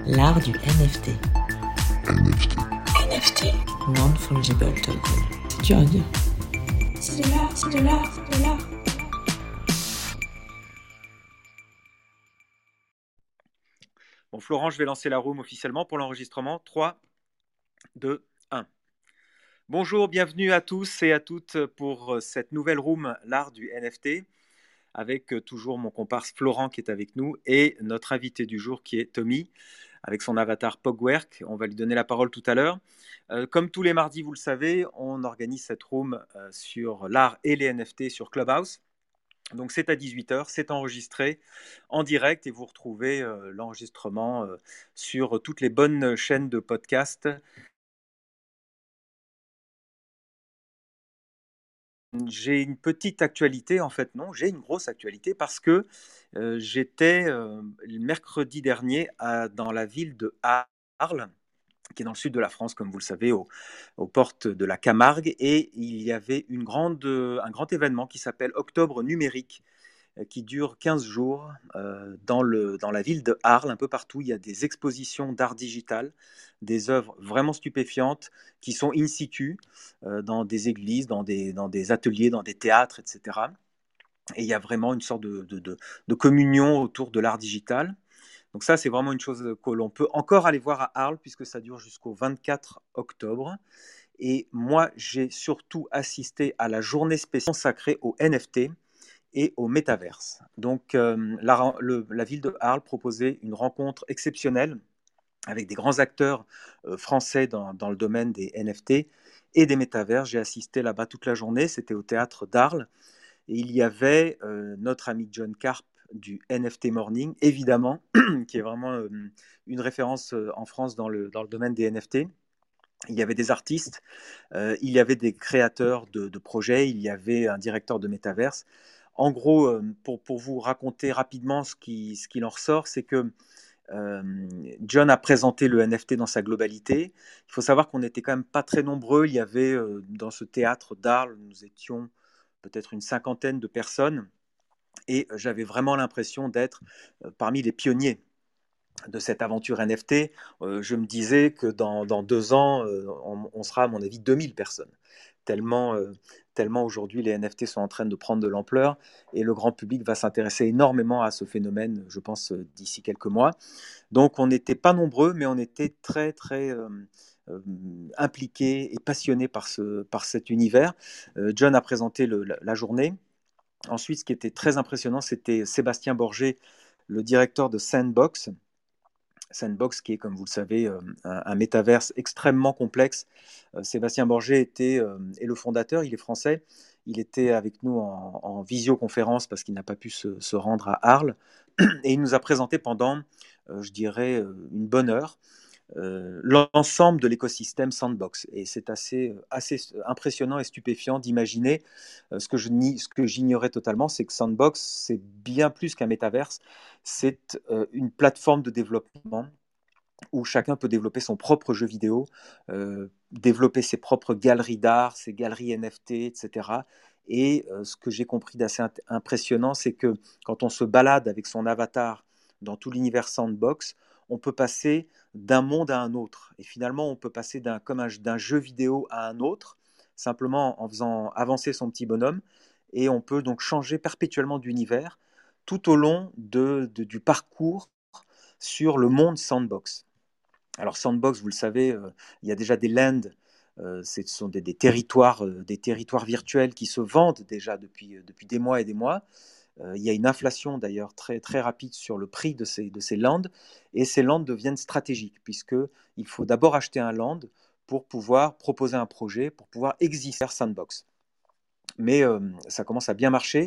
L'art du NFT. NFT. NFT. Non-fungible token. C'est dur à dire. C'est de l'art, c'est de l'art, c'est de l'art. Bon, Florent, je vais lancer la room officiellement pour l'enregistrement. 3, 2, 1. Bonjour, bienvenue à tous et à toutes pour cette nouvelle room, l'art du NFT, avec toujours mon comparse Florent qui est avec nous et notre invité du jour qui est Tommy, avec son avatar Pogwerk. On va lui donner la parole tout à l'heure. Comme tous les mardis, vous le savez, on organise cette room sur l'art et les NFT sur Clubhouse. Donc c'est à 18h, c'est enregistré en direct et vous retrouvez l'enregistrement sur toutes les bonnes chaînes de podcast. J'ai une petite actualité, en fait non, j'ai une grosse actualité parce que j'étais le mercredi dernier dans la ville de Arles, qui est dans le sud de la France, comme vous le savez, aux portes de la Camargue, et il y avait un grand événement qui s'appelle Octobre numérique, qui dure 15 jours dans la ville de Arles, un peu partout. Il y a des expositions d'art digital, des œuvres vraiment stupéfiantes qui sont in situ dans des églises, dans des ateliers, dans des théâtres, etc. Et il y a vraiment une sorte de communion autour de l'art digital. Donc ça, c'est vraiment une chose que l'on peut encore aller voir à Arles, puisque ça dure jusqu'au 24 octobre. Et moi, j'ai surtout assisté à la journée spéciale consacrée au NFT et au métaverse. Donc la ville de Arles proposait une rencontre exceptionnelle avec des grands acteurs français dans le domaine des NFT et des métavers. J'ai assisté là-bas toute la journée, c'était au théâtre d'Arles, et il y avait notre ami John Carp du NFT Morning, évidemment, qui est vraiment une référence en France dans le domaine des NFT. Il y avait des artistes, il y avait des créateurs de projets, il y avait un directeur de métaverse. En gros, pour vous raconter rapidement ce qu'il en ressort, c'est que John a présenté le NFT dans sa globalité. Il faut savoir qu'on n'était quand même pas très nombreux. Il y avait dans ce théâtre d'Arles, nous étions peut-être une cinquantaine de personnes, et j'avais vraiment l'impression d'être parmi les pionniers de cette aventure NFT. Je me disais que dans 2 ans, on sera à mon avis 2000 personnes. Tellement, tellement aujourd'hui les NFT sont en train de prendre de l'ampleur et le grand public va s'intéresser énormément à ce phénomène, je pense, d'ici quelques mois. Donc on n'était pas nombreux, mais on était très très impliqués et passionnés par cet univers. John a présenté la journée. Ensuite, ce qui était très impressionnant, c'était Sébastien Borgé, le directeur de Sandbox. Sandbox, qui est, comme vous le savez, un métaverse extrêmement complexe. Sébastien Borgé est le fondateur, il est français. Il était avec nous en visioconférence parce qu'il n'a pas pu se rendre à Arles. Et il nous a présenté pendant, je dirais, une bonne heure, l'ensemble de l'écosystème Sandbox. Et c'est assez impressionnant et stupéfiant d'imaginer ce que j'ignorais totalement, c'est que Sandbox, c'est bien plus qu'un métaverse. C'est une plateforme de développement où chacun peut développer son propre jeu vidéo, développer ses propres galeries d'art, ses galeries NFT, etc. Et ce que j'ai compris d'assez impressionnant, c'est que quand on se balade avec son avatar dans tout l'univers Sandbox, on peut passer d'un monde à un autre. Et finalement, on peut passer d'un jeu vidéo à un autre, simplement en faisant avancer son petit bonhomme. Et on peut donc changer perpétuellement d'univers tout au long du parcours sur le monde Sandbox. Alors Sandbox, vous le savez, il y a déjà des lands, ce sont des territoires virtuels qui se vendent déjà depuis des mois et des mois. Il y a une inflation d'ailleurs très, très rapide sur le prix de ces lands, et ces lands deviennent stratégiques, puisqu'il faut d'abord acheter un land pour pouvoir proposer un projet, pour pouvoir exister Sandbox. Mais ça commence à bien marcher.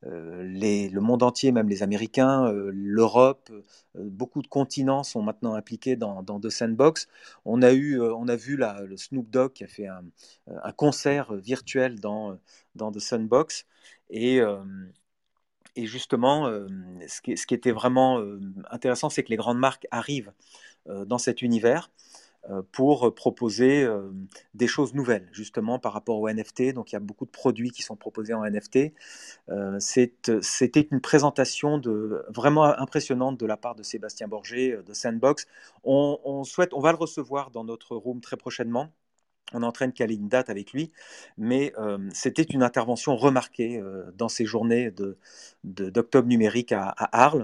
Le monde entier, même les Américains, l'Europe, beaucoup de continents sont maintenant impliqués dans The Sandbox. On a vu le Snoop Dogg qui a fait un concert virtuel dans The Sandbox. Et, euh, et justement, ce qui était vraiment intéressant, c'est que les grandes marques arrivent dans cet univers. pour proposer des choses nouvelles, justement par rapport au NFT. Donc il y a beaucoup de produits qui sont proposés en NFT. C'était une présentation vraiment impressionnante de la part de Sébastien Borgé de Sandbox. On va le recevoir dans notre room très prochainement. On est en train de caler une date avec lui, mais c'était une intervention remarquée dans ces journées d'octobre numérique à Arles.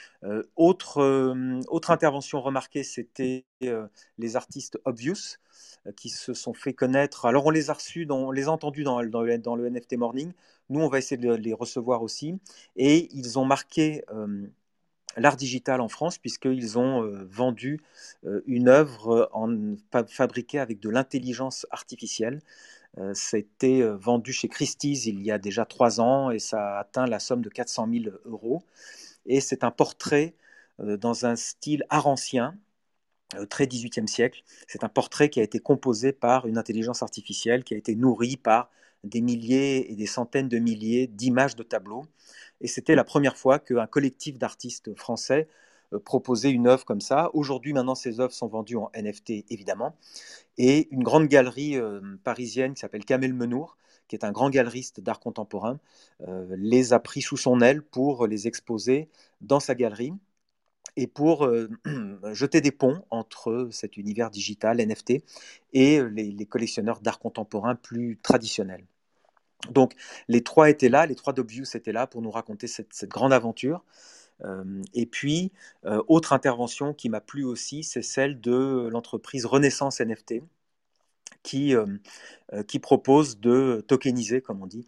Autre intervention remarquée, c'était les artistes Obvious qui se sont fait connaître. Alors on les a reçus, on les a entendus dans le NFT Morning. Nous, on va essayer de les recevoir aussi. Et ils ont marqué l'art digital en France puisqu'ils ont vendu une œuvre fabriquée avec de l'intelligence artificielle. C'était vendu chez Christie's il y a déjà 3 ans et ça a atteint la somme de 400 000 euros. Et c'est un portrait dans un style art ancien, très 18e siècle. C'est un portrait qui a été composé par une intelligence artificielle, qui a été nourrie par des milliers et des centaines de milliers d'images de tableaux. Et c'était la première fois qu'un collectif d'artistes français proposait une œuvre comme ça. Aujourd'hui, maintenant, ces œuvres sont vendues en NFT, évidemment. Et une grande galerie parisienne qui s'appelle Kamel Menour, qui est un grand galeriste d'art contemporain, les a pris sous son aile pour les exposer dans sa galerie et pour jeter des ponts entre cet univers digital, NFT, et les collectionneurs d'art contemporain plus traditionnels. Donc les trois étaient là, les trois d'Obvious étaient là pour nous raconter cette grande aventure. Et puis, autre intervention qui m'a plu aussi, c'est celle de l'entreprise Renaissance NFT, qui propose de tokeniser, comme on dit,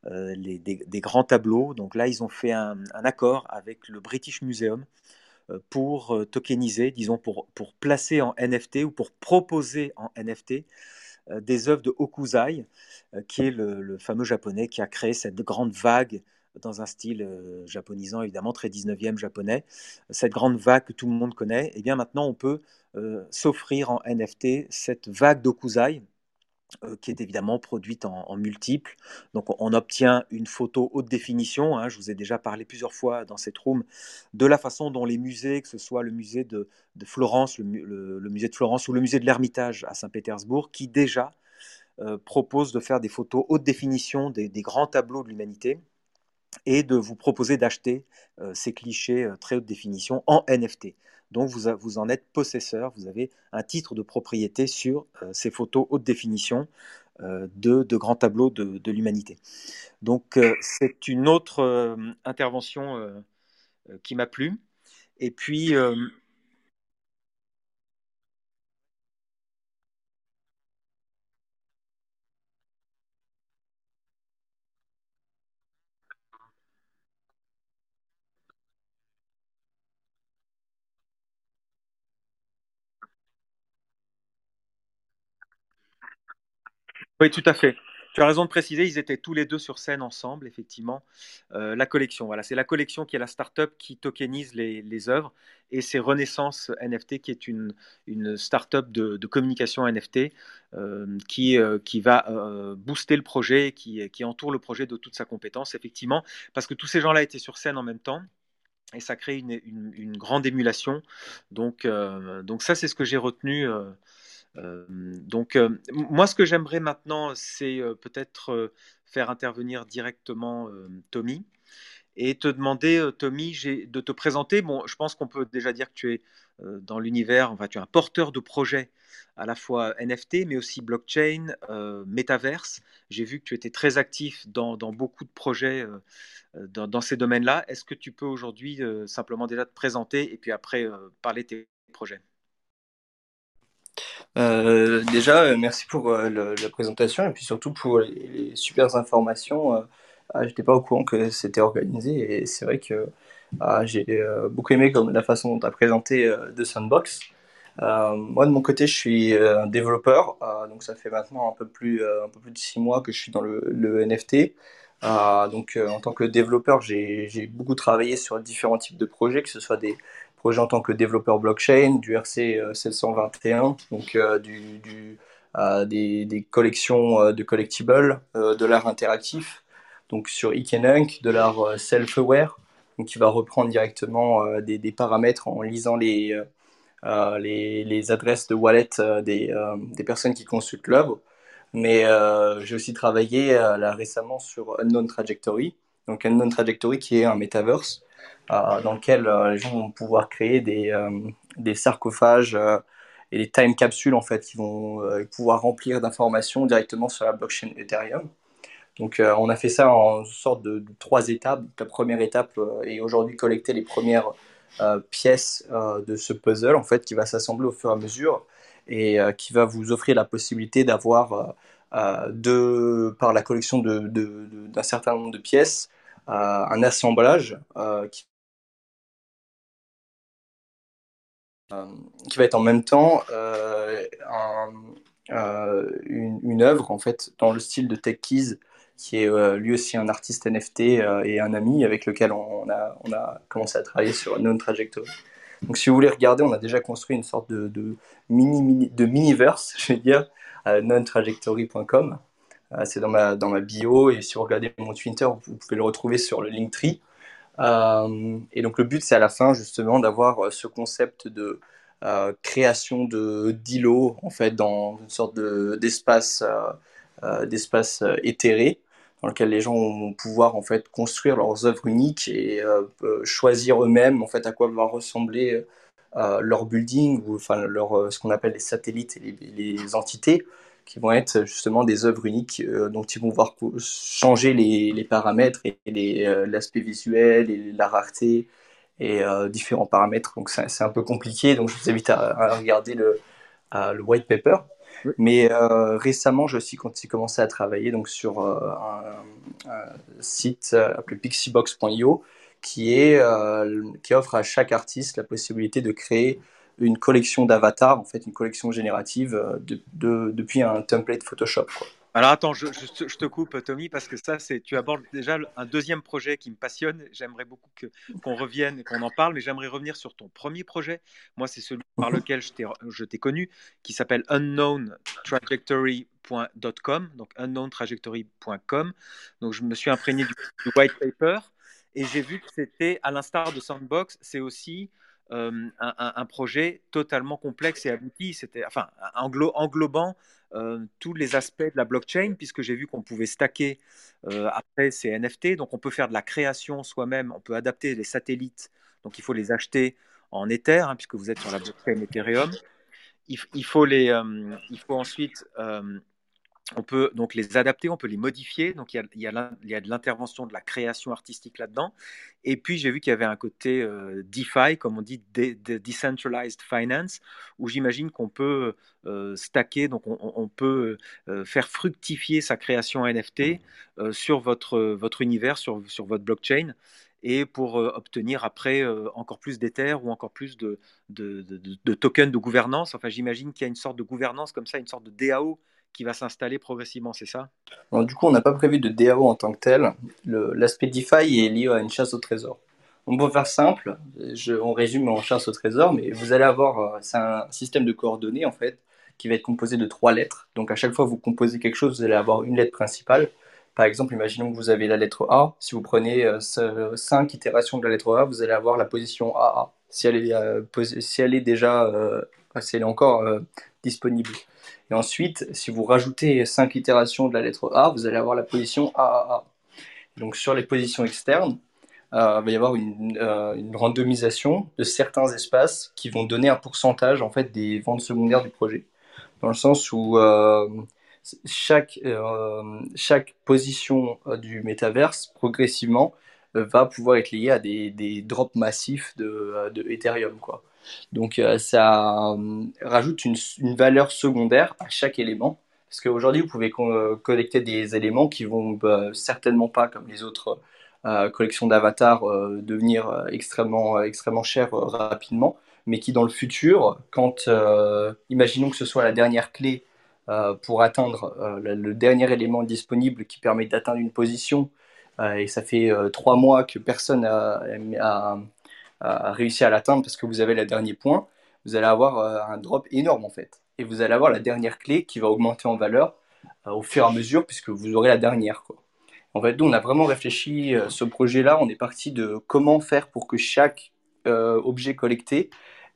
des grands tableaux. Donc là, ils ont fait un accord avec le British Museum pour tokeniser, disons, pour placer en NFT ou pour proposer en NFT des œuvres de Hokusai, qui est le fameux japonais qui a créé cette grande vague dans un style japonisant, évidemment, très 19e japonais. Cette grande vague que tout le monde connaît, et bien maintenant, on peut s'offrir en NFT cette vague d'Hokusai, qui est évidemment produite en multiples. Donc on obtient une photo haute définition. Hein, je vous ai déjà parlé plusieurs fois dans cette room de la façon dont les musées, que ce soit le musée de Florence, le musée de Florence ou le musée de l'Ermitage à Saint-Pétersbourg, qui déjà proposent de faire des photos haute définition des grands tableaux de l'humanité et de vous proposer d'acheter ces clichés très haute définition en NFT. Donc vous en êtes possesseur, vous avez un titre de propriété sur ces photos haute définition de grands tableaux de l'humanité. Donc c'est une autre intervention qui m'a plu. Et puis, oui, tout à fait. Tu as raison de préciser, ils étaient tous les deux sur scène ensemble, effectivement. La collection, voilà, c'est la collection qui est la start-up qui tokenise les œuvres, et c'est Renaissance NFT qui est une start-up de communication NFT qui va booster le projet, qui entoure le projet de toute sa compétence, effectivement, parce que tous ces gens-là étaient sur scène en même temps. Et ça crée une grande émulation. Donc ça, c'est ce que j'ai retenu moi, ce que j'aimerais maintenant, c'est peut-être faire intervenir directement Tommy et te demander, Tommy, de te présenter. Bon, je pense qu'on peut déjà dire que tu es dans l'univers, enfin, tu es un porteur de projets à la fois NFT, mais aussi blockchain, métaverse. J'ai vu que tu étais très actif dans beaucoup de projets dans ces domaines-là. Est-ce que tu peux aujourd'hui simplement déjà te présenter et puis après parler de tes projets? Déjà, merci pour la présentation et puis surtout pour les super informations. J'étais pas au courant que c'était organisé et c'est vrai que j'ai beaucoup aimé comme la façon dont tu as présenté The Sandbox. Moi, de mon côté, je suis un développeur, donc ça fait maintenant un peu plus de 6 mois que je suis dans le NFT. En tant que développeur, j'ai beaucoup travaillé sur différents types de projets, que ce soit des projets en tant que développeur blockchain, du RC 721, donc des collections de collectibles, de l'art interactif, donc sur Ikenunk, de l'art self-aware, donc qui va reprendre directement des paramètres en lisant les adresses de wallet des personnes qui consultent l'œuvre. Mais j'ai aussi travaillé là récemment sur Unknown Trajectory. Donc Unknown Trajectory qui est un metaverse dans lequel les gens vont pouvoir créer des sarcophages et des time capsules en fait qui vont pouvoir remplir d'informations directement sur la blockchain Ethereum. Donc on a fait ça en sorte de 3 étapes. La première étape est aujourd'hui collecter les premières pièces de ce puzzle en fait qui va s'assembler au fur et à mesure et qui va vous offrir la possibilité d'avoir par la collection d'un certain nombre de pièces un assemblage qui va être en même temps une œuvre en fait dans le style de Tech Keys qui est lui aussi un artiste NFT et un ami avec lequel on a commencé à travailler sur Known Trajectory. Donc si vous voulez regarder, on a déjà construit une sorte de mini-verse, je vais dire, à knowntrajectory.com. C'est dans ma bio et si vous regardez mon Twitter, vous pouvez le retrouver sur le Linktree. Et donc le but c'est à la fin justement d'avoir ce concept de création d'îlots en fait dans une sorte d'espace éthéré dans lequel les gens vont pouvoir en fait construire leurs œuvres uniques et choisir eux-mêmes en fait à quoi va ressembler leur building ou enfin ce qu'on appelle les satellites et les entités qui vont être justement des œuvres uniques dont ils vont pouvoir changer les paramètres et l'aspect visuel et la rareté et différents paramètres. Donc c'est un peu compliqué, donc je vous invite à regarder le white paper. Oui. Mais récemment, j'ai aussi commencé à travailler donc, sur un site appelé pixiebox.io qui offre à chaque artiste la possibilité de créer une collection d'avatars, en fait une collection générative depuis un template Photoshop, quoi. Alors attends, je te coupe, Tommy, parce que ça, tu abordes déjà un deuxième projet qui me passionne. J'aimerais beaucoup qu'on revienne et qu'on en parle, mais j'aimerais revenir sur ton premier projet. Moi, c'est celui par lequel je t'ai connu, qui s'appelle unknowntrajectory.com, donc unknowntrajectory.com. Donc je me suis imprégné du white paper et j'ai vu que c'était, à l'instar de Sandbox, c'est aussi un projet totalement complexe et abouti. C'était, enfin, englobant tous les aspects de la blockchain, puisque j'ai vu qu'on pouvait stacker après ces NFT. Donc, on peut faire de la création soi-même, on peut adapter les satellites. Donc, il faut les acheter en Ether, hein, puisque vous êtes sur la blockchain Ethereum. Il faut ensuite on peut donc les adapter, on peut les modifier. Donc il y a de l'intervention de la création artistique là-dedans. Et puis j'ai vu qu'il y avait un côté DeFi, comme on dit, Decentralized Finance, où j'imagine qu'on peut stacker, donc on peut faire fructifier sa création NFT sur votre univers, sur votre blockchain, et pour obtenir après encore plus d'Ether ou encore plus de tokens de gouvernance. Enfin, j'imagine qu'il y a une sorte de gouvernance comme ça, une sorte de DAO qui va s'installer progressivement, c'est ça? Alors, du coup, on n'a pas prévu de DAO en tant que tel. L'aspect DeFi est lié à une chasse au trésor. On peut faire simple, on résume en chasse au trésor, mais vous allez avoir, c'est un système de coordonnées en fait, qui va être composé de 3 lettres. Donc à chaque fois que vous composez quelque chose, vous allez avoir une lettre principale. Par exemple, imaginons que vous avez la lettre A. Si vous prenez 5 itérations de la lettre A, vous allez avoir la position AA. Si elle est déjà, si elle est encore disponible. Et ensuite, si vous rajoutez 5 itérations de la lettre A, vous allez avoir la position AAA. Donc sur les positions externes, il va y avoir une randomisation de certains espaces qui vont donner un pourcentage en fait, des ventes secondaires du projet. Dans le sens où chaque position du métaverse, progressivement, va pouvoir être liée à des drops massifs de Ethereum, quoi. Donc ça rajoute une valeur secondaire à chaque élément. Parce qu'aujourd'hui, vous pouvez collecter des éléments qui vont certainement pas, comme les autres collections d'avatars, devenir extrêmement chers rapidement, mais qui dans le futur, quand imaginons que ce soit la dernière clé pour atteindre le dernier élément disponible qui permet d'atteindre une position, et ça fait 3 mois que personne a réussi à l'atteindre parce que vous avez le dernier point, vous allez avoir un drop énorme en fait. Et vous allez avoir la dernière clé qui va augmenter en valeur au fur et à mesure puisque vous aurez la dernière, quoi. En fait, nous, on a vraiment réfléchi ce projet-là. On est parti de comment faire pour que chaque objet collecté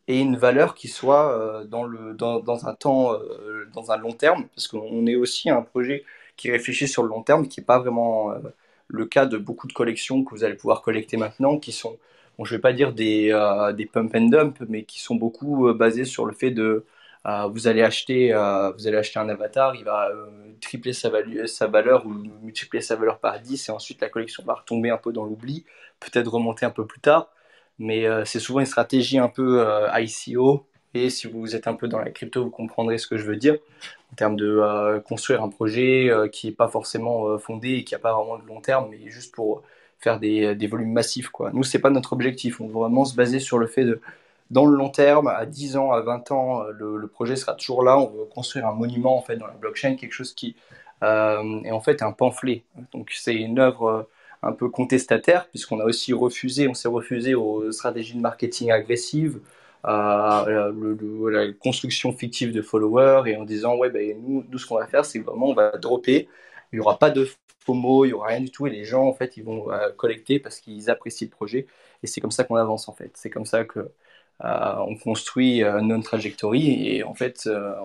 et une valeur qui soit dans un temps, dans un long terme, parce qu'on est aussi un projet qui réfléchit sur le long terme, qui n'est pas vraiment le cas de beaucoup de collections que vous allez pouvoir collecter maintenant, qui sont, bon, je ne vais pas dire des pump and dump, mais qui sont beaucoup basées sur le fait de vous allez acheter un avatar, il va tripler sa valeur ou multiplier sa valeur par 10 et ensuite la collection va retomber un peu dans l'oubli, peut-être remonter un peu plus tard. Mais c'est souvent une stratégie un peu ICO. Et si vous êtes un peu dans la crypto, vous comprendrez ce que je veux dire en termes de construire un projet qui n'est pas forcément fondé et qui n'a pas vraiment de long terme, mais juste pour faire des volumes massifs, quoi. Nous, c'est pas notre objectif. On veut vraiment se baser sur le fait de, dans le long terme, à 10 ans, à 20 ans, le projet sera toujours là. On veut construire un monument en fait dans la blockchain, quelque chose qui est en fait un pamphlet. Donc c'est une œuvre un peu contestataire, puisqu'on a aussi refusé, on s'est refusé aux stratégies de marketing agressives, à la construction fictive de followers, et en disant, ouais, ben, nous, ce qu'on va faire, c'est vraiment, on va dropper, il n'y aura pas de FOMO, il n'y aura rien du tout, et les gens, en fait, ils vont collecter parce qu'ils apprécient le projet, et c'est comme ça qu'on avance, en fait. C'est comme ça que on construit notre trajectory, et en fait,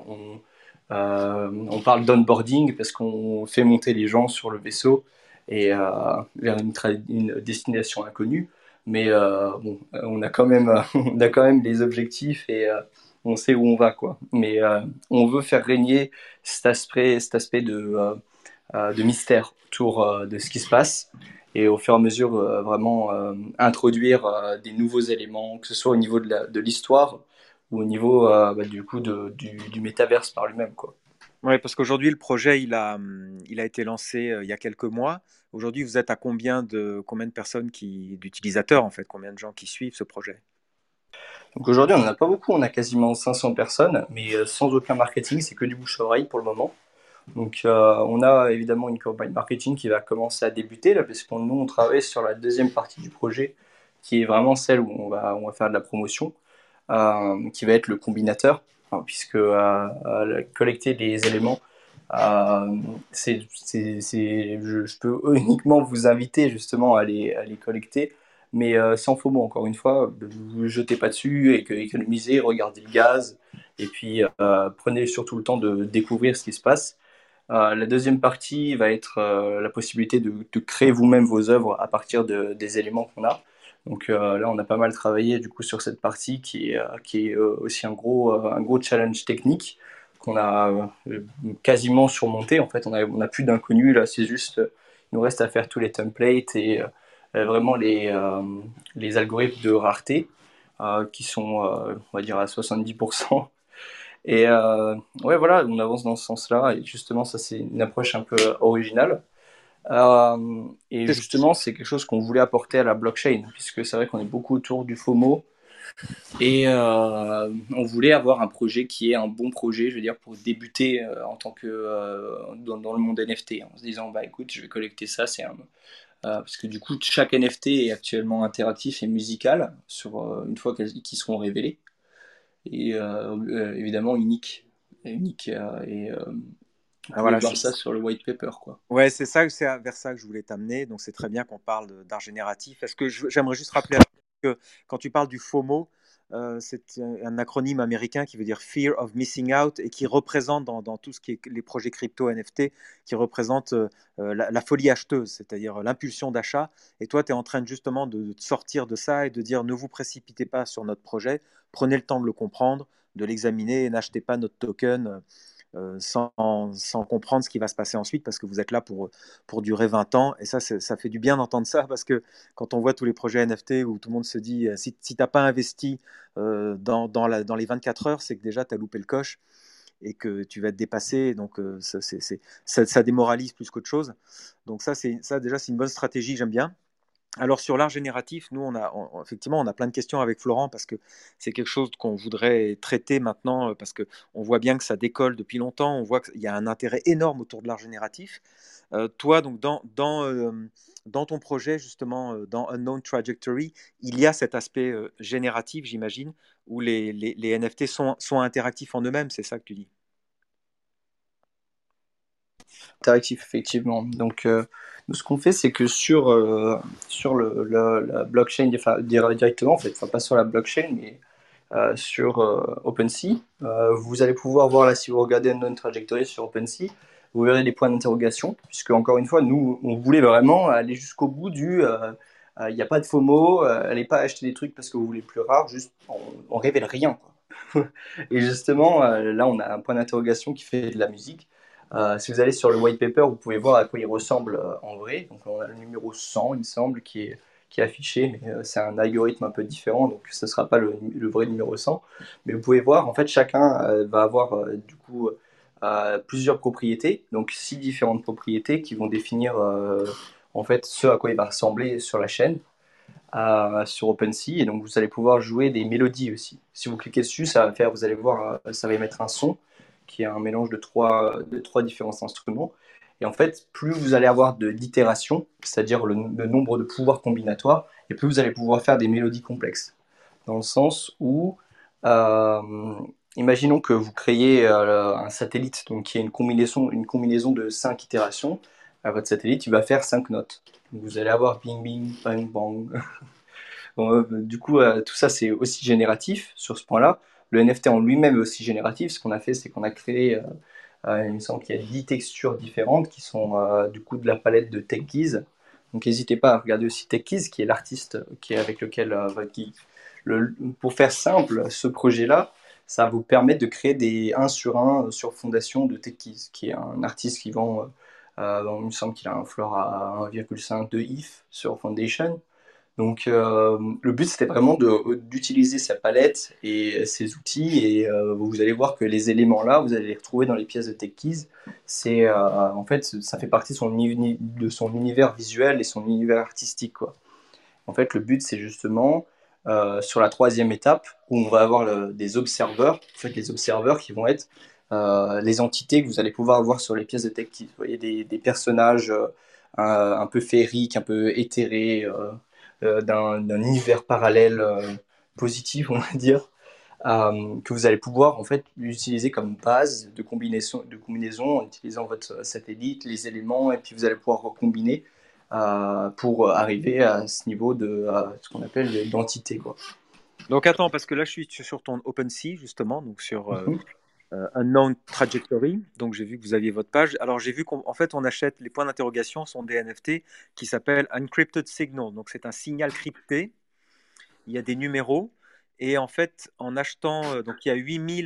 on parle d'onboarding parce qu'on fait monter les gens sur le vaisseau et vers une destination inconnue. Mais bon, on a quand même des objectifs et on sait où on va, quoi. Mais on veut faire régner cet aspect de mystère autour de ce qui se passe et au fur et à mesure vraiment introduire des nouveaux éléments, que ce soit au niveau de l'histoire ou au niveau du coup du métaverse par lui-même, quoi. Ouais, parce qu'aujourd'hui, le projet, il a été lancé il y a quelques mois. Aujourd'hui, vous êtes à combien de personnes d'utilisateurs en fait, combien de gens qui suivent ce projet? Donc aujourd'hui, on n'en a pas beaucoup, on a quasiment 500 personnes, mais sans aucun marketing, c'est que du bouche-oreille pour le moment. Donc on a évidemment une campagne marketing qui va commencer à débuter, là, parce que nous, on travaille sur la deuxième partie du projet, qui est vraiment celle où on va faire de la promotion, qui va être le combinateur, hein, puisque collecter des éléments, je peux uniquement vous inviter justement à les collecter, mais sans FOMO, encore une fois, vous ne jetez pas dessus et économisez, regardez le gaz, et puis prenez surtout le temps de découvrir ce qui se passe. La deuxième partie va être la possibilité de créer vous-même vos œuvres à partir des éléments qu'on a. Donc là, on a pas mal travaillé du coup sur cette partie qui est aussi un gros challenge technique qu'on a quasiment surmonté. En fait, on a plus d'inconnus là. C'est juste, il nous reste à faire tous les templates et vraiment les algorithmes de rareté qui sont, on va dire, à 70%. Et ouais, voilà, on avance dans ce sens-là. Et justement, ça, c'est une approche un peu originale. Et C'est ce justement, c'est quelque chose qu'on voulait apporter à la blockchain, puisque c'est vrai qu'on est beaucoup autour du FOMO. Et on voulait avoir un projet qui est un bon projet, je veux dire, pour débuter en tant que dans le monde NFT, en se disant, bah écoute, je vais collecter ça, parce que du coup, chaque NFT est actuellement interactif et musical sur une fois qu'ils seront révélés et évidemment unique. Unique vous Ah, pouvez voilà, voir ça sur le white paper, quoi. ouais, c'est vers ça que je voulais t'amener. Donc, c'est très bien qu'on parle d'art génératif. Est-ce que j'aimerais juste rappeler que quand tu parles du FOMO, c'est un acronyme américain qui veut dire Fear of Missing Out et qui représente dans tout ce qui est les projets crypto NFT, qui représente la folie acheteuse, c'est-à-dire l'impulsion d'achat. Et toi, tu es en train justement de sortir de ça et de dire ne vous précipitez pas sur notre projet, prenez le temps de le comprendre, de l'examiner et n'achetez pas notre token sans comprendre ce qui va se passer ensuite parce que vous êtes là pour durer 20 ans. Et ça, ça fait du bien d'entendre ça parce que quand on voit tous les projets NFT où tout le monde se dit si tu n'as pas investi dans les 24 heures, c'est que déjà tu as loupé le coche et que tu vas être dépassé. Donc ça démoralise plus qu'autre chose. Donc ça déjà, c'est une bonne stratégie, j'aime bien. Alors sur l'art génératif, nous effectivement on a plein de questions avec Florent parce que c'est quelque chose qu'on voudrait traiter maintenant parce que on voit bien que ça décolle depuis longtemps, on voit qu'il y a un intérêt énorme autour de l'art génératif. Toi donc dans ton projet justement dans Unknown Trajectory, il y a cet aspect génératif, j'imagine, où les NFT sont interactifs en eux-mêmes, c'est ça que tu dis? Interactif, effectivement. Donc, nous, ce qu'on fait, c'est que sur la blockchain, enfin, directement, en fait, enfin, pas sur la blockchain, mais sur OpenSea. Vous allez pouvoir voir là, si vous regardez Unknown Trajectory sur OpenSea, vous verrez des points d'interrogation, puisque encore une fois, nous, on voulait vraiment aller jusqu'au bout du il n'y a pas de FOMO, allez pas acheter des trucs parce que vous voulez plus rare, juste on révèle rien, quoi. Et justement, là, on a un point d'interrogation qui fait de la musique. Si vous allez sur le white paper, vous pouvez voir à quoi il ressemble en vrai. Donc, on a le numéro 100, il me semble, qui est affiché, mais c'est un algorithme un peu différent, donc ce ne sera pas le vrai numéro 100. Mais vous pouvez voir, en fait, chacun va avoir du coup plusieurs propriétés, donc 6 différentes propriétés qui vont définir en fait ce à quoi il va ressembler sur la chaîne. Sur OpenSea, et donc vous allez pouvoir jouer des mélodies aussi. Si vous cliquez dessus, ça va faire, vous allez voir, ça va émettre un son qui est un mélange de trois différents instruments. Et en fait, plus vous allez avoir d'itérations, c'est-à-dire le nombre de pouvoirs combinatoires, et plus vous allez pouvoir faire des mélodies complexes. Dans le sens où, euh, imaginons que vous créez un satellite, donc qui est une combinaison de 5 itérations. Votre satellite, il va faire 5 notes. Donc vous allez avoir bing bing, bang bang. Bon, du coup, tout ça, c'est aussi génératif sur ce point-là. Le NFT en lui-même est aussi génératif. Ce qu'on a fait, c'est qu'on a créé, il me semble qu'il y a 10 textures différentes qui sont du coup de la palette de TechGeese. Donc n'hésitez pas à regarder aussi TechGeese, qui est l'artiste qui est avec lequel, pour faire simple, ce projet-là, ça va vous permettre de créer des 1 sur 1 sur fondation de TechGeese, qui est un artiste qui vend, il me semble qu'il a un floor à 1,5 de ETH sur Foundation. Donc le but c'était vraiment d'utiliser sa palette et ses outils, et vous allez voir que les éléments là, vous allez les retrouver dans les pièces de TechKeys. C'est en fait ça fait partie de son univers visuel et son univers artistique, quoi. En fait le but c'est justement sur la troisième étape où on va avoir des observeurs. En fait les observeurs qui vont être les entités que vous allez pouvoir voir sur les pièces de TechKeys. Vous voyez des personnages un peu féeriques, un peu éthérés. D'un univers parallèle positif, on va dire, que vous allez pouvoir en fait utiliser comme base de combinaison en utilisant votre satellite, les éléments, et puis vous allez pouvoir recombiner pour arriver à ce niveau de ce qu'on appelle l'identité, quoi. Donc attends, parce que là je suis sur ton OpenSea justement, donc sur Mhm. Unknown Trajectory. Donc j'ai vu que vous aviez votre page. Alors j'ai vu qu'en fait on achète les points d'interrogation sont des NFT qui s'appellent Encrypted Signal. Donc c'est un signal crypté. Il y a des numéros. Et en fait, en achetant, donc il y a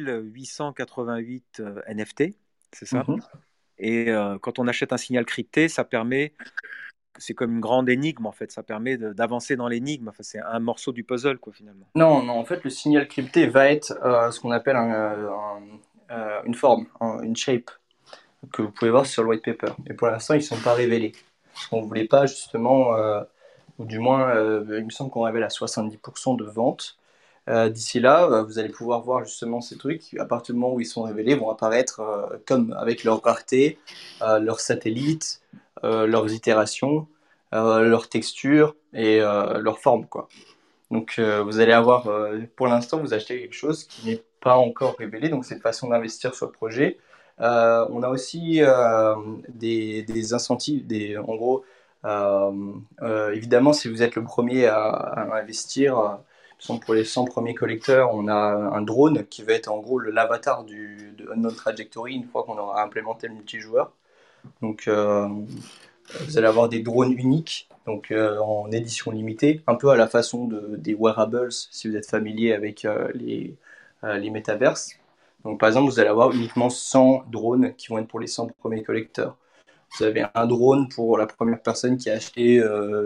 8888 NFT, c'est ça. Mhm. Et quand on achète un signal crypté, ça permet, c'est comme une grande énigme en fait, ça permet d'avancer dans l'énigme. Enfin, c'est un morceau du puzzle quoi finalement. Non, non, en fait, le signal crypté va être ce qu'on appelle une forme, une shape, que vous pouvez voir sur le white paper. Et pour l'instant, ils ne sont pas révélés. Parce qu'on ne voulait pas, justement, ou du moins, il me semble qu'on révèle à 70% de ventes. D'ici là, vous allez pouvoir voir justement ces trucs. À partir du moment où ils sont révélés, vont apparaître comme avec leur rareté, leurs satellites, leurs itérations, leurs textures et leur forme, quoi. Donc vous allez avoir, pour l'instant, vous achetez quelque chose qui n'est pas encore révélé, donc c'est une façon d'investir sur le projet. On a aussi des incentives, en gros, euh, évidemment, si vous êtes le premier à investir, pour les 100 premiers collecteurs, on a un drone qui va être en gros l'avatar de Unknown Trajectory une fois qu'on aura implémenté le multijoueur. Donc vous allez avoir des drones uniques, donc en édition limitée, un peu à la façon des wearables, si vous êtes familier avec les métaverses. Donc par exemple, vous allez avoir uniquement 100 drones qui vont être pour les 100 premiers collecteurs. Vous avez un drone pour la première personne qui a acheté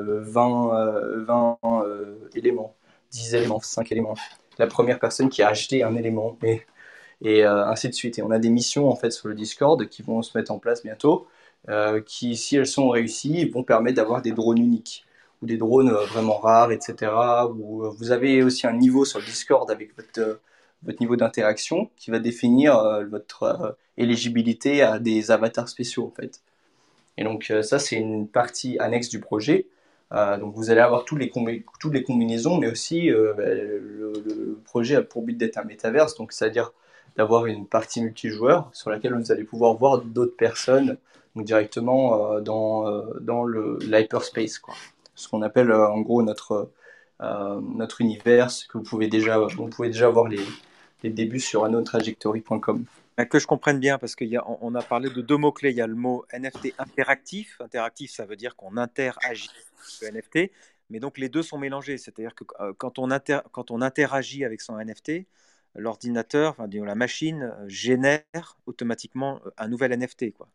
20 éléments, 10 éléments, 5 éléments. La première personne qui a acheté un élément, et ainsi de suite. Et on a des missions en fait sur le Discord qui vont se mettre en place bientôt, qui, si elles sont réussies, vont permettre d'avoir des drones uniques ou des drones vraiment rares, etc. Où, vous avez aussi un niveau sur le Discord avec votre niveau d'interaction qui va définir votre éligibilité à des avatars spéciaux en fait. Et donc ça, c'est une partie annexe du projet. Donc vous allez avoir toutes les combinaisons, mais aussi le projet a pour but d'être un métaverse, donc c'est-à-dire d'avoir une partie multijoueur sur laquelle vous allez pouvoir voir d'autres personnes, donc directement dans l'hyperspace, quoi. Ce qu'on appelle en gros notre univers, que vous pouvez déjà voir les débuts sur anotrajectory.com. Que je comprenne bien, parce qu'on a parlé de deux mots-clés. Il y a le mot NFT interactif. Interactif, ça veut dire qu'on interagit avec le NFT, mais donc les deux sont mélangés. C'est-à-dire que quand on interagit avec son NFT, l'ordinateur, enfin, disons, la machine, génère automatiquement un nouvel NFT, quoi.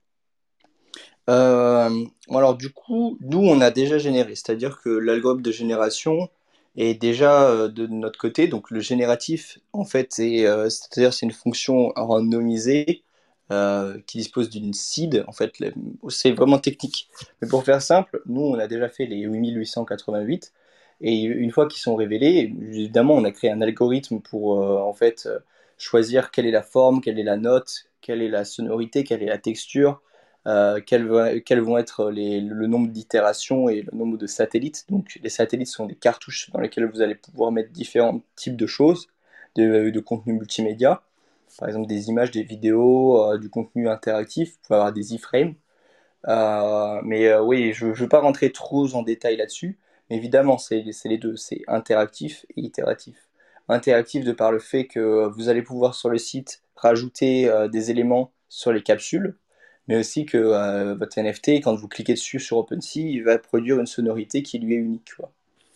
Alors du coup, nous on a déjà généré, c'est-à-dire que l'algorithme de génération est déjà de notre côté, donc le génératif en fait c'est-à-dire c'est une fonction randomisée qui dispose d'une seed, en fait c'est vraiment technique. Mais pour faire simple, nous on a déjà fait les 8888 et une fois qu'ils sont révélés, évidemment on a créé un algorithme pour en fait choisir quelle est la forme, quelle est la note, quelle est la sonorité, quelle est la texture, quels vont être le nombre d'itérations et le nombre de satellites. Donc les satellites sont des cartouches dans lesquelles vous allez pouvoir mettre différents types de choses, de contenu multimédia, par exemple des images, des vidéos, du contenu interactif, vous pouvez avoir des iframes. Oui, je ne veux pas rentrer trop en détail là-dessus, mais évidemment c'est les deux, c'est interactif et itératif. Interactif de par le fait que vous allez pouvoir sur le site rajouter des éléments sur les capsules, mais aussi que votre NFT, quand vous cliquez dessus sur OpenSea, il va produire une sonorité qui lui est unique, quoi.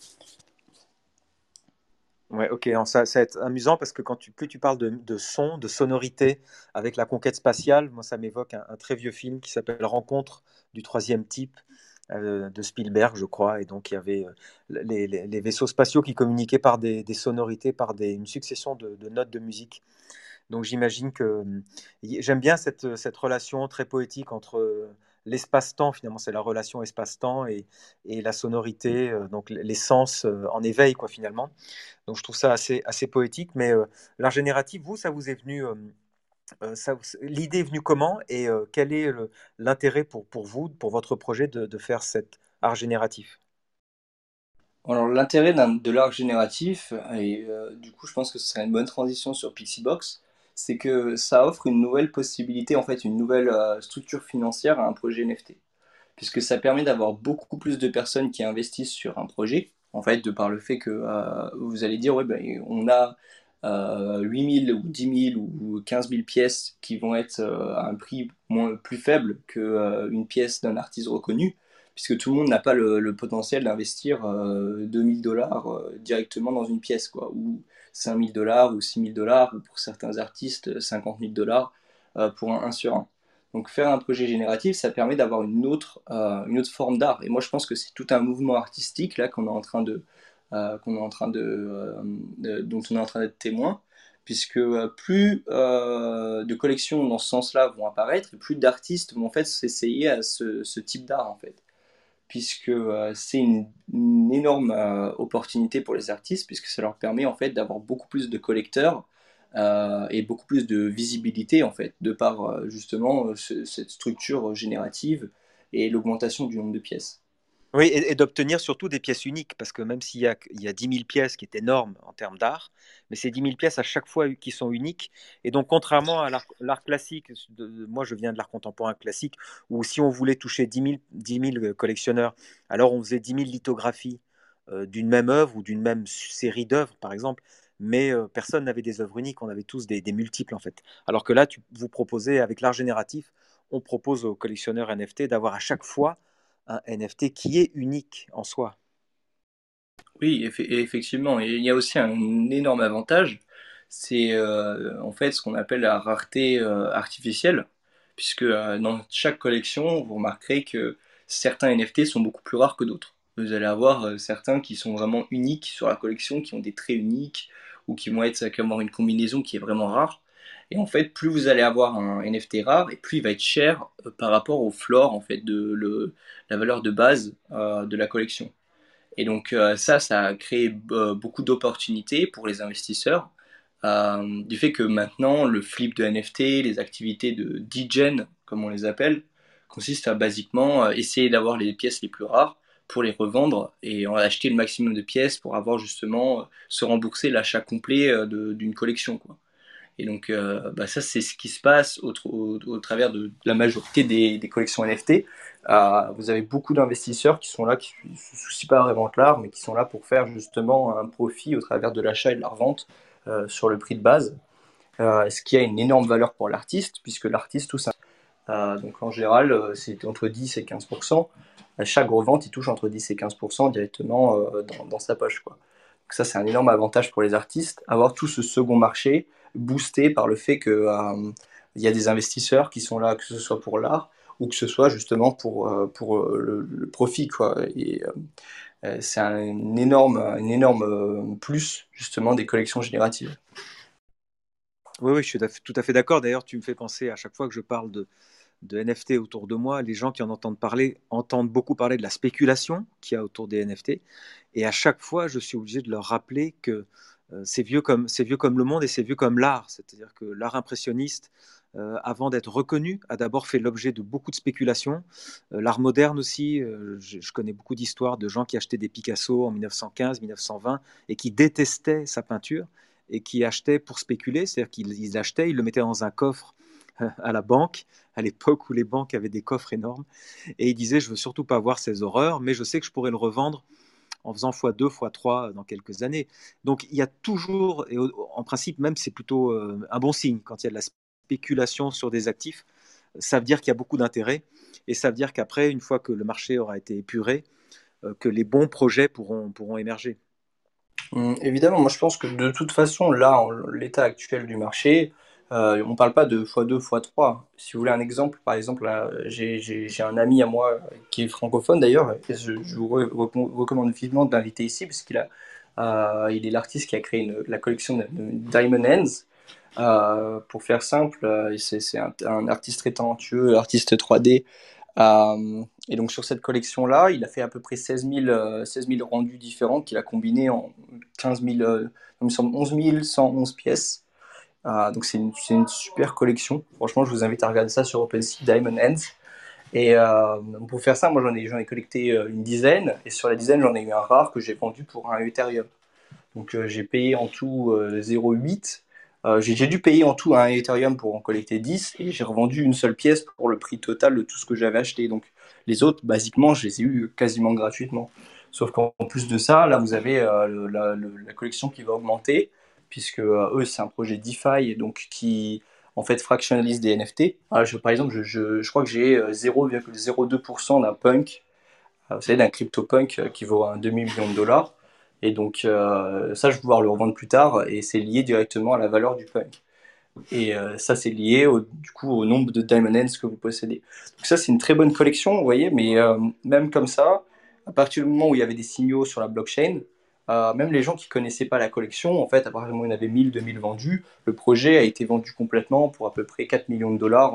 Ouais, ok. Alors ça va être amusant parce que plus tu parles de son, de sonorité avec la conquête spatiale, moi ça m'évoque un très vieux film qui s'appelle Rencontre du troisième type de Spielberg, je crois. Et donc il y avait les vaisseaux spatiaux qui communiquaient par des sonorités, par une succession de notes de musique. Donc j'imagine que j'aime bien cette relation très poétique entre l'espace-temps, finalement c'est la relation espace-temps et la sonorité, donc les sens en éveil, quoi, finalement. Donc je trouve ça assez poétique, mais l'art génératif, vous, ça vous est venu, l'idée est venue comment et quel est l'intérêt pour vous, pour votre projet de faire cet art génératif? Alors l'intérêt de l'art génératif, et du coup je pense que ce serait une bonne transition sur Pixiebox, c'est que ça offre une nouvelle possibilité, en fait une nouvelle structure financière à un projet NFT. Puisque ça permet d'avoir beaucoup plus de personnes qui investissent sur un projet, en fait, de par le fait que vous allez dire, ouais, ben, on a 8 000 ou 10 000 ou 15 000 pièces qui vont être à un prix plus faible qu'une pièce d'un artiste reconnu, puisque tout le monde n'a pas le potentiel d'investir 2 000 $ directement dans une pièce, quoi, ou 5 000 $ ou 6 000 $, ou pour certains artistes 50 000 $ pour un sur un. Donc faire un projet génératif, ça permet d'avoir une autre forme d'art. Et moi, je pense que c'est tout un mouvement artistique là dont on est en train d'être témoin, puisque plus de collections dans ce sens-là vont apparaître, et plus d'artistes vont en fait s'essayer à ce type d'art en fait, puisque c'est une énorme opportunité pour les artistes, puisque ça leur permet en fait d'avoir beaucoup plus de collecteurs et beaucoup plus de visibilité en fait, de par justement cette structure générative et l'augmentation du nombre de pièces. Oui, et d'obtenir surtout des pièces uniques, parce que même s'il y a 10 000 pièces, qui est énorme en termes d'art, mais c'est 10 000 pièces à chaque fois qui sont uniques. Et donc, contrairement à l'art classique, moi je viens de l'art contemporain classique, où si on voulait toucher 10 000 collectionneurs, alors on faisait 10 000 lithographies d'une même œuvre ou d'une même série d'œuvres, par exemple, mais personne n'avait des œuvres uniques, on avait tous des multiples en fait. Alors que là, vous proposez, avec l'art génératif, on propose aux collectionneurs NFT d'avoir à chaque fois un NFT qui est unique en soi. Oui, effectivement. Et il y a aussi un énorme avantage, c'est en fait ce qu'on appelle la rareté artificielle, puisque dans chaque collection, vous remarquerez que certains NFT sont beaucoup plus rares que d'autres. Vous allez avoir certains qui sont vraiment uniques sur la collection, qui ont des traits uniques, ou qui vont avoir une combinaison qui est vraiment rare. Et en fait, plus vous allez avoir un NFT rare, et plus il va être cher par rapport au floor, en fait, la valeur de base de la collection. Et donc ça a créé beaucoup d'opportunités pour les investisseurs, du fait que maintenant le flip de NFT, les activités de degen, comme on les appelle, consistent à basiquement essayer d'avoir les pièces les plus rares pour les revendre et en acheter le maximum de pièces pour avoir justement se rembourser l'achat complet d'une collection, quoi. Et donc, ça, c'est ce qui se passe au travers de la majorité des collections NFT. Vous avez beaucoup d'investisseurs qui sont là, qui ne se soucient pas vraiment de l'art, mais qui sont là pour faire justement un profit au travers de l'achat et de la revente sur le prix de base. Ce qui a une énorme valeur pour l'artiste, puisque l'artiste, tout ça. Donc en général, c'est entre 10 et 15%. À chaque revente, il touche entre 10 et 15% directement dans sa poche, quoi. Donc ça, c'est un énorme avantage pour les artistes, avoir tout ce second marché boosté par le fait que il y a des investisseurs qui sont là, que ce soit pour l'art ou que ce soit justement pour le profit, quoi. Et c'est un énorme plus justement des collections génératives. Oui, oui, je suis tout à fait d'accord. D'ailleurs, tu me fais penser à chaque fois que je parle de NFT autour de moi, les gens qui en entendent parler entendent beaucoup parler de la spéculation qu'il y a autour des NFT. Et à chaque fois, je suis obligé de leur rappeler que c'est vieux comme le monde et c'est vieux comme l'art. C'est-à-dire que l'art impressionniste, avant d'être reconnu, a d'abord fait l'objet de beaucoup de spéculations. L'art moderne aussi, je connais beaucoup d'histoires de gens qui achetaient des Picasso en 1915, 1920 et qui détestaient sa peinture et qui achetaient pour spéculer, c'est-à-dire qu'ils achetaient, ils le mettaient dans un coffre à la banque, à l'époque où les banques avaient des coffres énormes, et ils disaient, je veux surtout pas voir ces horreurs, mais je sais que je pourrais le revendre en faisant x2, x3 dans quelques années. Donc il y a toujours, et en principe même c'est plutôt un bon signe quand il y a de la spéculation sur des actifs, ça veut dire qu'il y a beaucoup d'intérêt, et ça veut dire qu'après, une fois que le marché aura été épuré, que les bons projets pourront émerger. Évidemment, moi je pense que de toute façon, là, en l'état actuel du marché, on parle pas de x2, x3. Si vous voulez un exemple, par exemple, là, j'ai un ami à moi qui est francophone d'ailleurs, et je vous recommande vivement de l'inviter ici, parce il est l'artiste qui a créé la collection de Diamond Hands. Pour faire simple, c'est un artiste très talentueux, artiste 3D. Et donc sur cette collection-là, il a fait à peu près 16 000 rendus différents qu'il a combinés en 15 000, il me semble 11 111 pièces. Donc c'est une super collection. Franchement, je vous invite à regarder ça sur OpenSea, Diamond Hands. Et pour faire ça, moi j'en ai collecté une dizaine. Et sur la dizaine, j'en ai eu un rare que j'ai vendu pour un Ethereum. Donc j'ai payé en tout 0,8. J'ai dû payer en tout un Ethereum pour en collecter 10 et j'ai revendu une seule pièce pour le prix total de tout ce que j'avais acheté. Donc les autres, basiquement, je les ai eu quasiment gratuitement. Sauf qu'en plus de ça, là, vous avez la collection qui va augmenter, puisque eux, c'est un projet DeFi donc qui en fait fractionnalise des NFT. Par exemple, je crois que j'ai 0,02% d'un punk, vous savez, d'un CryptoPunk qui vaut un demi-million de dollars. Et donc, ça, je vais pouvoir le revendre plus tard et c'est lié directement à la valeur du punk. Et ça, c'est lié du coup au nombre de Diamond Hands que vous possédez. Donc, ça, c'est une très bonne collection, vous voyez, mais même comme ça, à partir du moment où il y avait des signaux sur la blockchain, même les gens qui connaissaient pas la collection, en fait, à partir du moment où il y en avait 1000, 2000 vendus, le projet a été vendu complètement pour à peu près 4 millions de dollars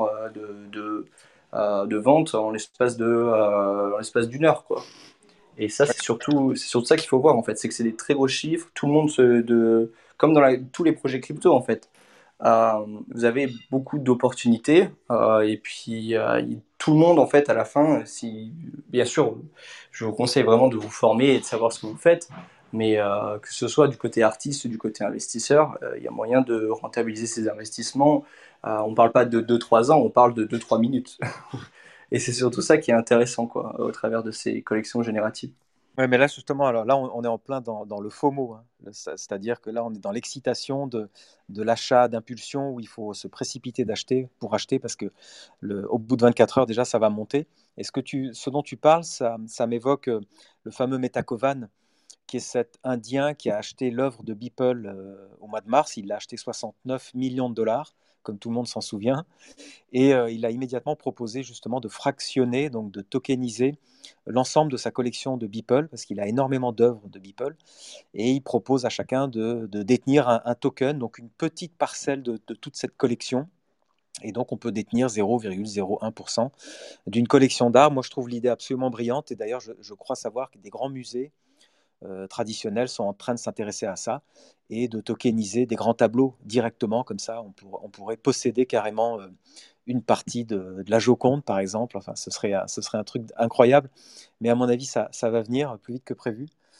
de vente en l'espace d'une heure, quoi. Et ça, c'est surtout ça qu'il faut voir en fait, c'est que c'est des très gros chiffres. Tout le monde comme dans tous les projets crypto en fait, vous avez beaucoup d'opportunités et puis tout le monde en fait à la fin, si bien sûr, je vous conseille vraiment de vous former et de savoir ce que vous faites, mais que ce soit du côté artiste ou du côté investisseur, il y a moyen de rentabiliser ses investissements. On ne parle pas de 2-3 ans, on parle de 2-3 minutes. Et c'est surtout ça qui est intéressant quoi, au travers de ces collections génératives. Ouais, mais là, justement, alors là, on est en plein dans le FOMO, hein. C'est-à-dire que là, on est dans l'excitation de l'achat d'impulsion où il faut se précipiter pour acheter parce que au bout de 24 heures, déjà, ça va monter. Et ce dont tu parles, ça m'évoque le fameux Metakovan, qui est cet Indien qui a acheté l'œuvre de Beeple au mois de mars. Il l'a acheté 69 millions de dollars, comme tout le monde s'en souvient. Et il a immédiatement proposé justement de fractionner, donc de tokeniser l'ensemble de sa collection de Beeple, parce qu'il a énormément d'œuvres de Beeple, et il propose à chacun de détenir un token, donc une petite parcelle de toute cette collection. Et donc, on peut détenir 0,01% d'une collection d'art. Moi, je trouve l'idée absolument brillante. Et d'ailleurs, je crois savoir que des grands musées traditionnels sont en train de s'intéresser à ça et de tokeniser des grands tableaux directement. Comme ça, on pourrait posséder carrément une partie de la Joconde, par exemple. Enfin, ce serait un truc incroyable. Mais à mon avis, ça va venir plus vite que prévu.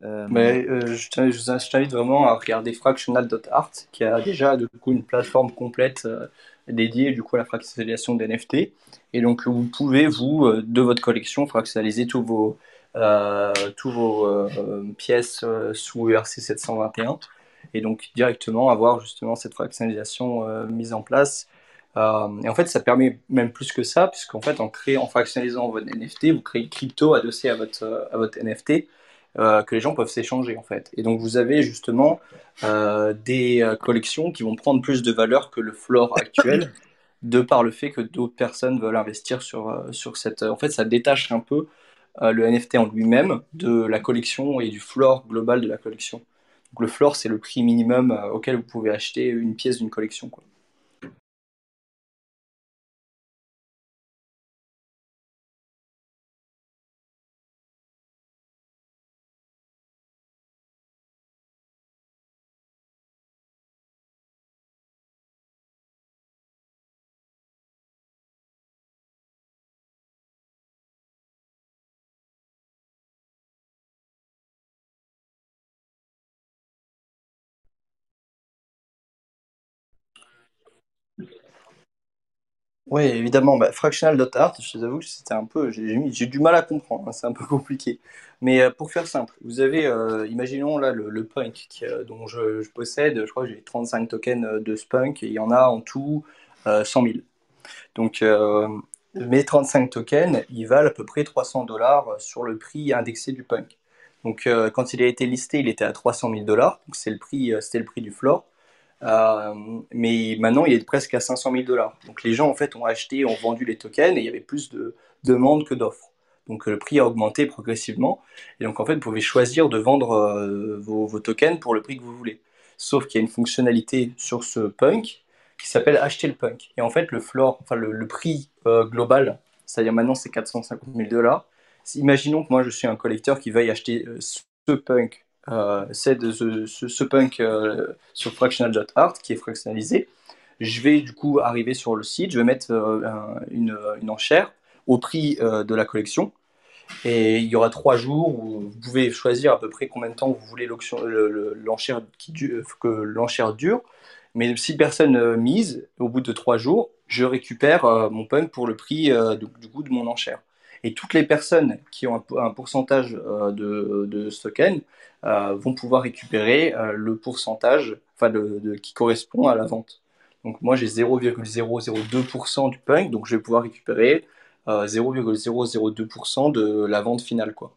Mais je t'invite vraiment à regarder fractional.art, qui a déjà du coup une plateforme complète dédiée du coup à la fractionnalisation des NFT. Et donc vous pouvez vous de votre collection fractionnaliser tous vos pièces sous ERC 721 et donc directement avoir justement cette fractionnalisation mise en place. Et en fait, ça permet même plus que ça, puisqu'en fait, en fractionnalisant votre NFT, vous créez une crypto adossée à votre NFT que les gens peuvent s'échanger en fait. Et donc vous avez justement des collections qui vont prendre plus de valeur que le floor actuel, de par le fait que d'autres personnes veulent investir sur cette. En fait, ça détache un peu le NFT en lui-même de la collection et du floor global de la collection. Donc le floor, c'est le prix minimum auquel vous pouvez acheter une pièce d'une collection, quoi. Oui, évidemment, bah, fractional.art, je vous avoue que c'était un peu, j'ai du mal à comprendre, hein, c'est un peu compliqué. Mais pour faire simple, vous avez, imaginons là le punk dont je possède, je crois que j'ai 35 tokens de ce punk et il y en a en tout 100 000. Donc mes 35 tokens, ils valent à peu près 300 $ sur le prix indexé du punk. Donc quand il a été listé, il était à 300 000 $, donc c'était le prix du floor. Euh, mais maintenant, il est presque à 500 000 $. Donc les gens en fait ont acheté, ont vendu les tokens et il y avait plus de demandes que d'offres. Donc le prix a augmenté progressivement. Et donc en fait, vous pouvez choisir de vendre vos tokens pour le prix que vous voulez. Sauf qu'il y a une fonctionnalité sur ce punk qui s'appelle acheter le punk. Et en fait, le floor, enfin le prix global, c'est-à-dire maintenant c'est 450 000 $. Imaginons que moi je suis un collecteur qui veuille acheter ce punk, ce punk sur fractional.art qui est fractionnalisé. Je vais du coup arriver sur le site, je vais mettre une enchère au prix de la collection. Et il y aura 3 jours où vous pouvez choisir à peu près combien de temps vous voulez l'enchère que l'enchère dure. Mais si personne mise, au bout de 3 jours, je récupère mon punk pour le prix du coup de mon enchère. Et toutes les personnes qui ont un pourcentage de ce token vont pouvoir récupérer le pourcentage enfin, qui correspond à la vente. Donc moi j'ai 0,002% du punk, donc je vais pouvoir récupérer 0,002% de la vente finale, quoi.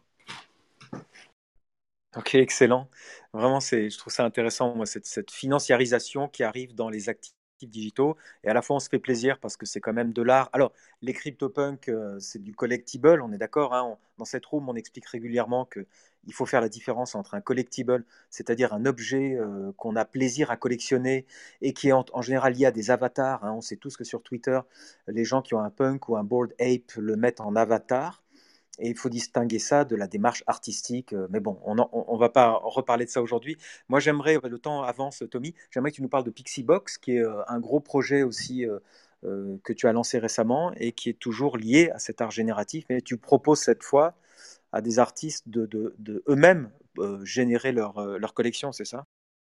Ok, excellent. Vraiment, je trouve ça intéressant, moi, cette financiarisation qui arrive dans les actifs digitaux. Et à la fois, on se fait plaisir parce que c'est quand même de l'art. Alors, les CryptoPunks, c'est du collectible, on est d'accord, hein. Dans cette room, on explique régulièrement qu'il faut faire la différence entre un collectible, c'est-à-dire un objet qu'on a plaisir à collectionner et qui est en général lié à des avatars, hein. On sait tous que sur Twitter, les gens qui ont un punk ou un bored ape le mettent en avatar. Et il faut distinguer ça de la démarche artistique. Mais bon, on ne va pas reparler de ça aujourd'hui. Moi, j'aimerais, le temps avance, Tommy, j'aimerais que tu nous parles de Pixiebox, qui est un gros projet aussi que tu as lancé récemment et qui est toujours lié à cet art génératif. Mais tu proposes cette fois à des artistes de eux-mêmes générer leur collection, c'est ça?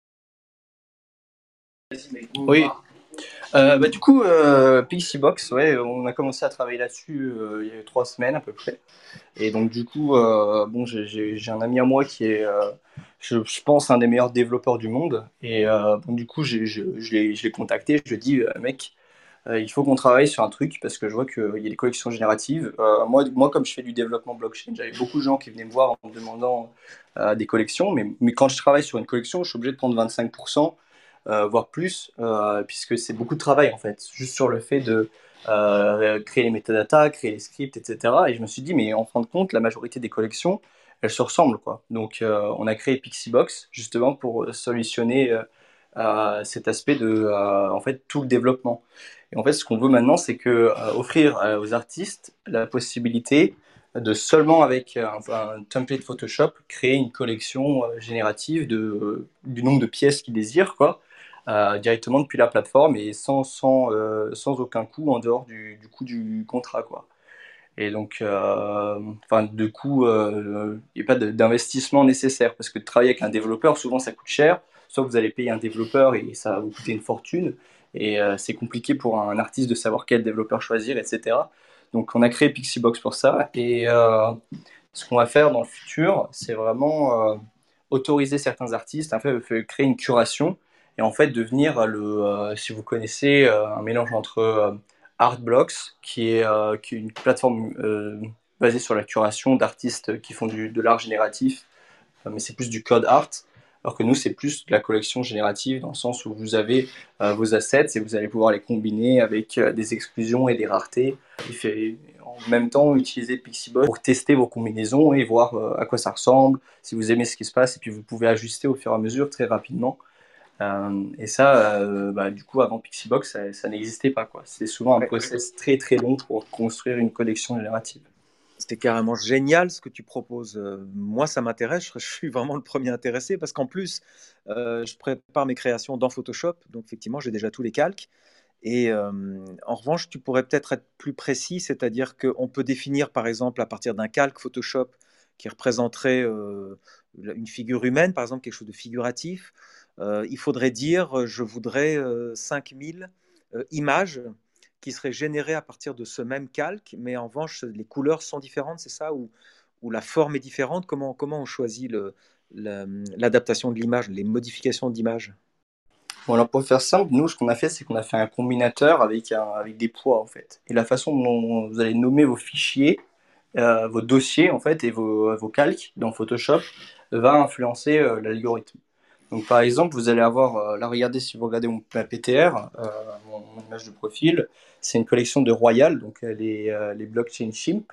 Oui. Du coup, Pixiebox, ouais, on a commencé à travailler là-dessus il y a 3 semaines à peu près. Et donc du coup, bon, j'ai un ami à moi qui est, je pense, un des meilleurs développeurs du monde. Et bon, du coup, je l'ai contacté. Je lui ai dit, mec, il faut qu'on travaille sur un truc parce que je vois qu'il y a des collections génératives. Moi, comme je fais du développement blockchain, j'avais beaucoup de gens qui venaient me voir en me demandant des collections. Mais quand je travaille sur une collection, je suis obligé de prendre 25%, voire plus, puisque c'est beaucoup de travail en fait, juste sur le fait de créer les métadatas, créer les scripts, etc. Et je me suis dit, mais en fin de compte, la majorité des collections, elles se ressemblent, quoi. Donc, on a créé Pixiebox justement pour solutionner cet aspect de, en fait, tout le développement. Et en fait, ce qu'on veut maintenant, c'est offrir aux artistes la possibilité de seulement avec un template Photoshop créer une collection générative du nombre de pièces qu'ils désirent, quoi, directement depuis la plateforme et sans aucun coût en dehors du coût du contrat, quoi. Et donc, enfin, du coup, il n'y a pas d'investissement nécessaire parce que de travailler avec un développeur, souvent ça coûte cher. Soit vous allez payer un développeur et ça va vous coûter une fortune. Et c'est compliqué pour un artiste de savoir quel développeur choisir, etc. Donc, on a créé Pixiebox pour ça. Et ce qu'on va faire dans le futur, c'est vraiment autoriser certains artistes, en fait, créer une curation et en fait devenir si vous connaissez, un mélange entre Artblocks, qui est une plateforme basée sur la curation d'artistes qui font de l'art génératif, mais c'est plus du code art. Alors que nous, c'est plus de la collection générative dans le sens où vous avez vos assets et vous allez pouvoir les combiner avec des exclusions et des raretés. Il fait en même temps utiliser Pixibot pour tester vos combinaisons et voir à quoi ça ressemble, si vous aimez ce qui se passe, et puis vous pouvez ajuster au fur et à mesure très rapidement. Et ça, du coup, avant Pixiebox, ça n'existait pas, quoi. C'est souvent un Ouais, process très très long pour construire une collection générative. c'était carrément génial ce que tu proposes. Moi, ça m'intéresse. Je suis vraiment le premier intéressé parce qu'en plus, je prépare mes créations dans Photoshop. Donc, effectivement, j'ai déjà tous les calques. Et en revanche, tu pourrais peut-être être plus précis, c'est-à-dire qu'on peut définir, par exemple, à partir d'un calque Photoshop qui représenterait une figure humaine, par exemple, quelque chose de figuratif. Il faudrait dire, je voudrais 5000 images qui seraient générées à partir de ce même calque, mais en revanche, les couleurs sont différentes, c'est ça, ou la forme est différente. Comment on choisit l'adaptation de l'image, les modifications d'image? Bon, alors pour faire simple, nous, ce qu'on a fait, c'est qu'on a fait un combinateur avec des poids, en fait. Et la façon dont vous allez nommer vos fichiers, vos dossiers, en fait, et vos calques dans Photoshop va influencer l'algorithme. Donc, par exemple, vous allez avoir, là, regardez, si vous regardez ma PTR, mon image de profil, c'est une collection de Royal, donc les blockchain chimp.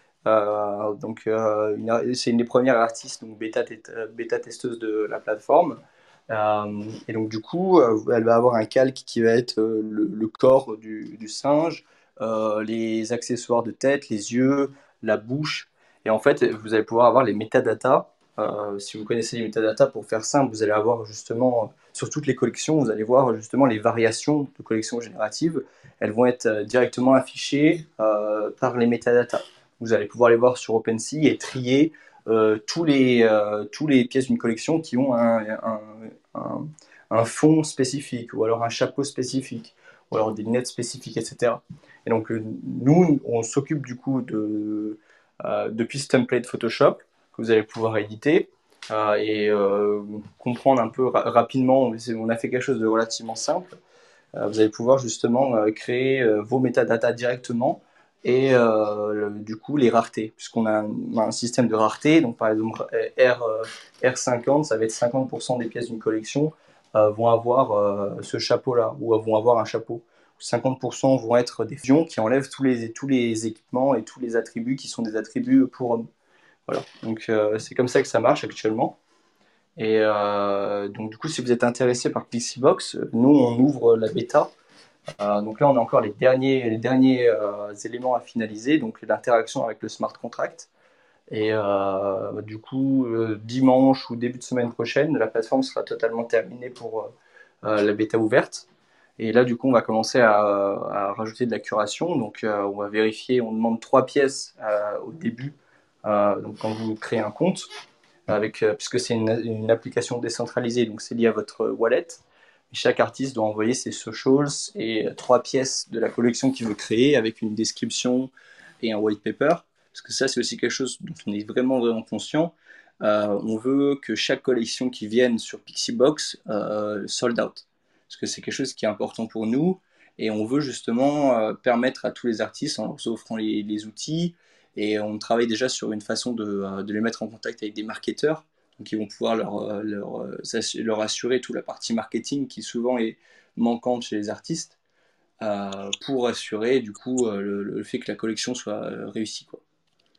C'est une des premières artistes, donc bêta testeuse de la plateforme. Et donc du coup, elle va avoir un calque qui va être le corps du singe, les accessoires de tête, les yeux, la bouche. Et en fait, vous allez pouvoir avoir les métadatas. Si vous connaissez les métadatas, pour faire simple, vous allez avoir justement, sur toutes les collections, vous allez voir justement les variations de collections génératives. Elles vont être directement affichées par les métadatas. Vous allez pouvoir les voir sur OpenSea et trier tous les pièces d'une collection qui ont un, un fond spécifique, ou alors un chapeau spécifique, ou alors des lunettes spécifiques, etc. Et donc, nous, on s'occupe du coup depuis ce template Photoshop que vous allez pouvoir éditer et comprendre un peu rapidement. On a fait quelque chose de relativement simple. Vous allez pouvoir justement créer vos métadatas directement et du coup les raretés, puisqu'on a un système de rareté. Donc par exemple R50, ça va être 50% des pièces d'une collection vont avoir ce chapeau-là, ou vont avoir un chapeau. 50% vont être des fusions qui enlèvent tous les équipements et tous les attributs qui sont des attributs pour hommes. Voilà. Donc c'est comme ça que ça marche actuellement. Et donc du coup, si vous êtes intéressé par Pixiebox, nous on ouvre la bêta. Donc là, on a encore les derniers éléments à finaliser, donc l'interaction avec le smart contract. Et du coup, dimanche ou début de semaine prochaine, la plateforme sera totalement terminée pour la bêta ouverte. Et là, du coup, on va commencer à rajouter de la curation. Donc, on va vérifier, on demande 3 pièces au début, donc quand vous créez un compte, puisque c'est une application décentralisée, donc c'est lié à votre wallet. Chaque artiste doit envoyer ses socials et 3 pièces de la collection qu'il veut créer avec une description et un white paper. Parce que ça, c'est aussi quelque chose dont on est vraiment, vraiment conscient. On veut que chaque collection qui vienne sur Pixiebox sold out. Parce que c'est quelque chose qui est important pour nous. Et on veut justement permettre à tous les artistes, en leur offrant les outils, et on travaille déjà sur une façon de les mettre en contact avec des marketeurs, donc ils vont pouvoir leur assurer toute la partie marketing qui souvent est manquante chez les artistes, pour assurer du coup le fait que la collection soit réussie, quoi.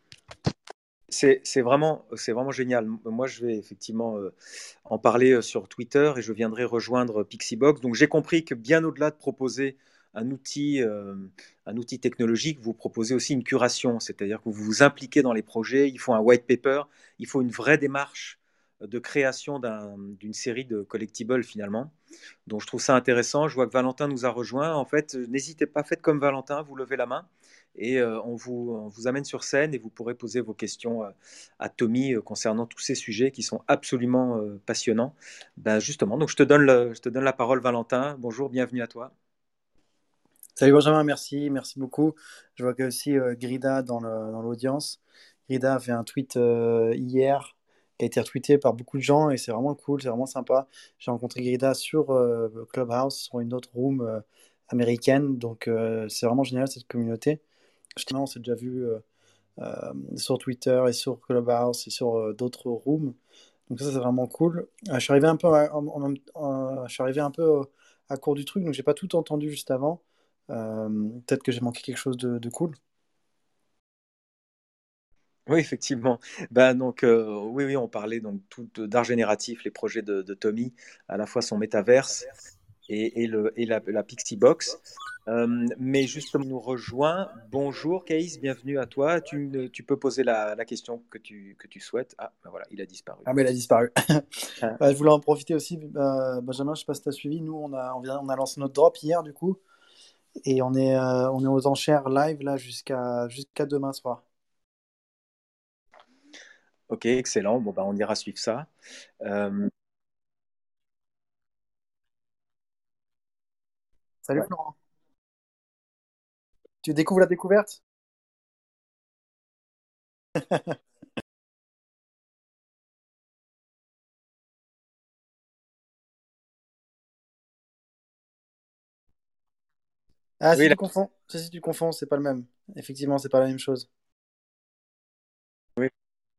C'est vraiment génial. Moi, je vais effectivement en parler sur Twitter et je viendrai rejoindre Pixiebox. Donc, j'ai compris que bien au-delà de proposer un outil, euh, un outil technologique, vous proposez aussi une curation, c'est-à-dire que vous vous impliquez dans les projets, il faut un white paper, il faut une vraie démarche de création d'une série de collectibles finalement. Donc, je trouve ça intéressant. Je vois que Valentin nous a rejoint. En fait, n'hésitez pas, faites comme Valentin, vous levez la main et on vous amène sur scène et vous pourrez poser vos questions à Tommy concernant tous ces sujets qui sont absolument passionnants. Ben justement, donc je te donne la parole, Valentin. Bonjour, bienvenue à toi. Salut Benjamin, merci beaucoup. Je vois qu'il y a aussi Grida dans l'audience. Grida a fait un tweet hier qui a été retweeté par beaucoup de gens et c'est vraiment cool, c'est vraiment sympa. J'ai rencontré Grida sur Clubhouse, sur une autre room américaine, donc c'est vraiment génial cette communauté. Justement, on s'est déjà vu sur Twitter et sur Clubhouse et sur d'autres rooms, donc ça c'est vraiment cool. Je suis arrivé un peu je suis arrivé un peu à court du truc, donc j'ai pas tout entendu juste avant. Peut-être que j'ai manqué quelque chose de cool. Oui, effectivement. Ben donc, oui, oui, on parlait donc tout d'art génératif, les projets de Tommy, à la fois son métaverse et la Pixie Box. Mais justement, il nous rejoint. Bonjour, Caïs, bienvenue à toi. Tu peux poser la question que tu souhaites. Ah, ben voilà, il a disparu. Ah mais il a disparu. Ah, Je voulais en profiter aussi, Benjamin, je sais pas si tu as suivi, nous on a lancé notre drop hier du coup, et on est aux enchères live là jusqu'à demain soir. ok, excellent. Bon, ben, on ira suivre ça. Euh, Salut Florent. Tu découvres la découverte? Ah si oui, tu confonds, si tu confonds, c'est pas le même. Effectivement, c'est pas la même chose. oui,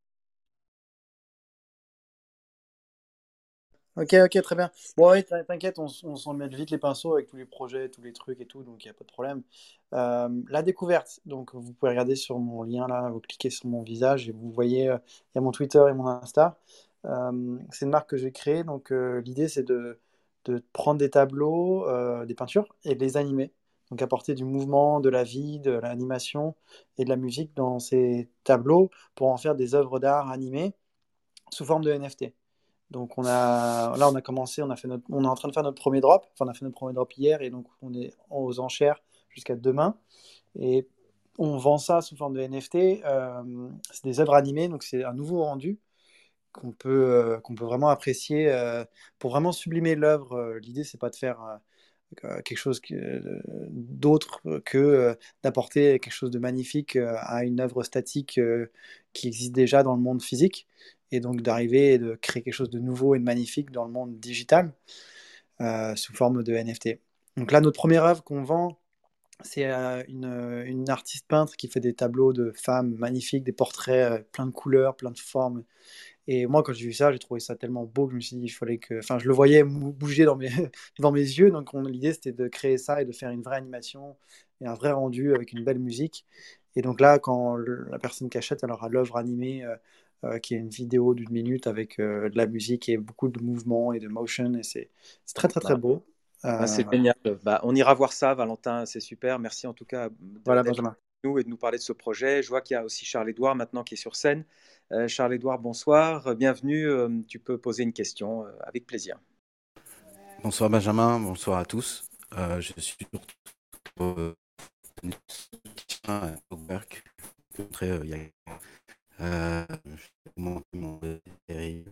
Ok, ok, très bien. Bon, ouais, t'inquiète, on s'en met vite les pinceaux avec tous les projets, tous les trucs et tout, donc il n'y a pas de problème. La découverte, donc vous pouvez regarder sur mon lien là, vous cliquez sur mon visage et vous voyez, il y a mon Twitter et mon Insta. C'est une marque que j'ai créée, donc l'idée c'est de prendre des tableaux, des peintures et de les animer. Donc apporter du mouvement, de la vie, de l'animation et de la musique dans ces tableaux pour en faire des œuvres d'art animées sous forme de NFT. Donc là on a commencé, on est en train de faire notre premier drop. Enfin, on a fait notre premier drop hier et donc on est aux enchères jusqu'à demain. Et on vend ça sous forme de NFT. C'est des œuvres animées, donc c'est un nouveau rendu qu'on peut vraiment apprécier pour vraiment sublimer l'œuvre. L'idée c'est pas de faire quelque chose d'autre que d'apporter quelque chose de magnifique à une œuvre statique qui existe déjà dans le monde physique, et donc d'arriver et de créer quelque chose de nouveau et de magnifique dans le monde digital sous forme de NFT. Donc là, notre première œuvre qu'on vend, c'est une artiste peintre qui fait des tableaux de femmes magnifiques, des portraits plein de couleurs, plein de formes, et moi, quand j'ai vu ça, j'ai trouvé ça tellement beau que je me suis dit, il fallait que. Enfin, je le voyais bouger dans mes, dans mes yeux. Donc, l'idée, c'était de créer ça et de faire une vraie animation et un vrai rendu avec une belle musique. Et donc là, quand la personne qui achète, elle aura l'œuvre animée qui est une vidéo d'une minute avec de la musique et beaucoup de mouvements et de motion. Et c'est très, très, très bah, beau. bah, c'est Voilà, génial. Bah, on ira voir ça, Valentin, c'est super. Merci en tout cas voilà, d'être Benjamin. avec nous et de nous parler de ce projet. Je vois qu'il y a aussi Charles-Édouard maintenant qui est sur scène. Charles-Édouard, bonsoir, bienvenue. Tu peux poser une question avec plaisir. Bonsoir Benjamin, bonsoir à tous. Je suis surtout soutien au work montré il y a mon terrible.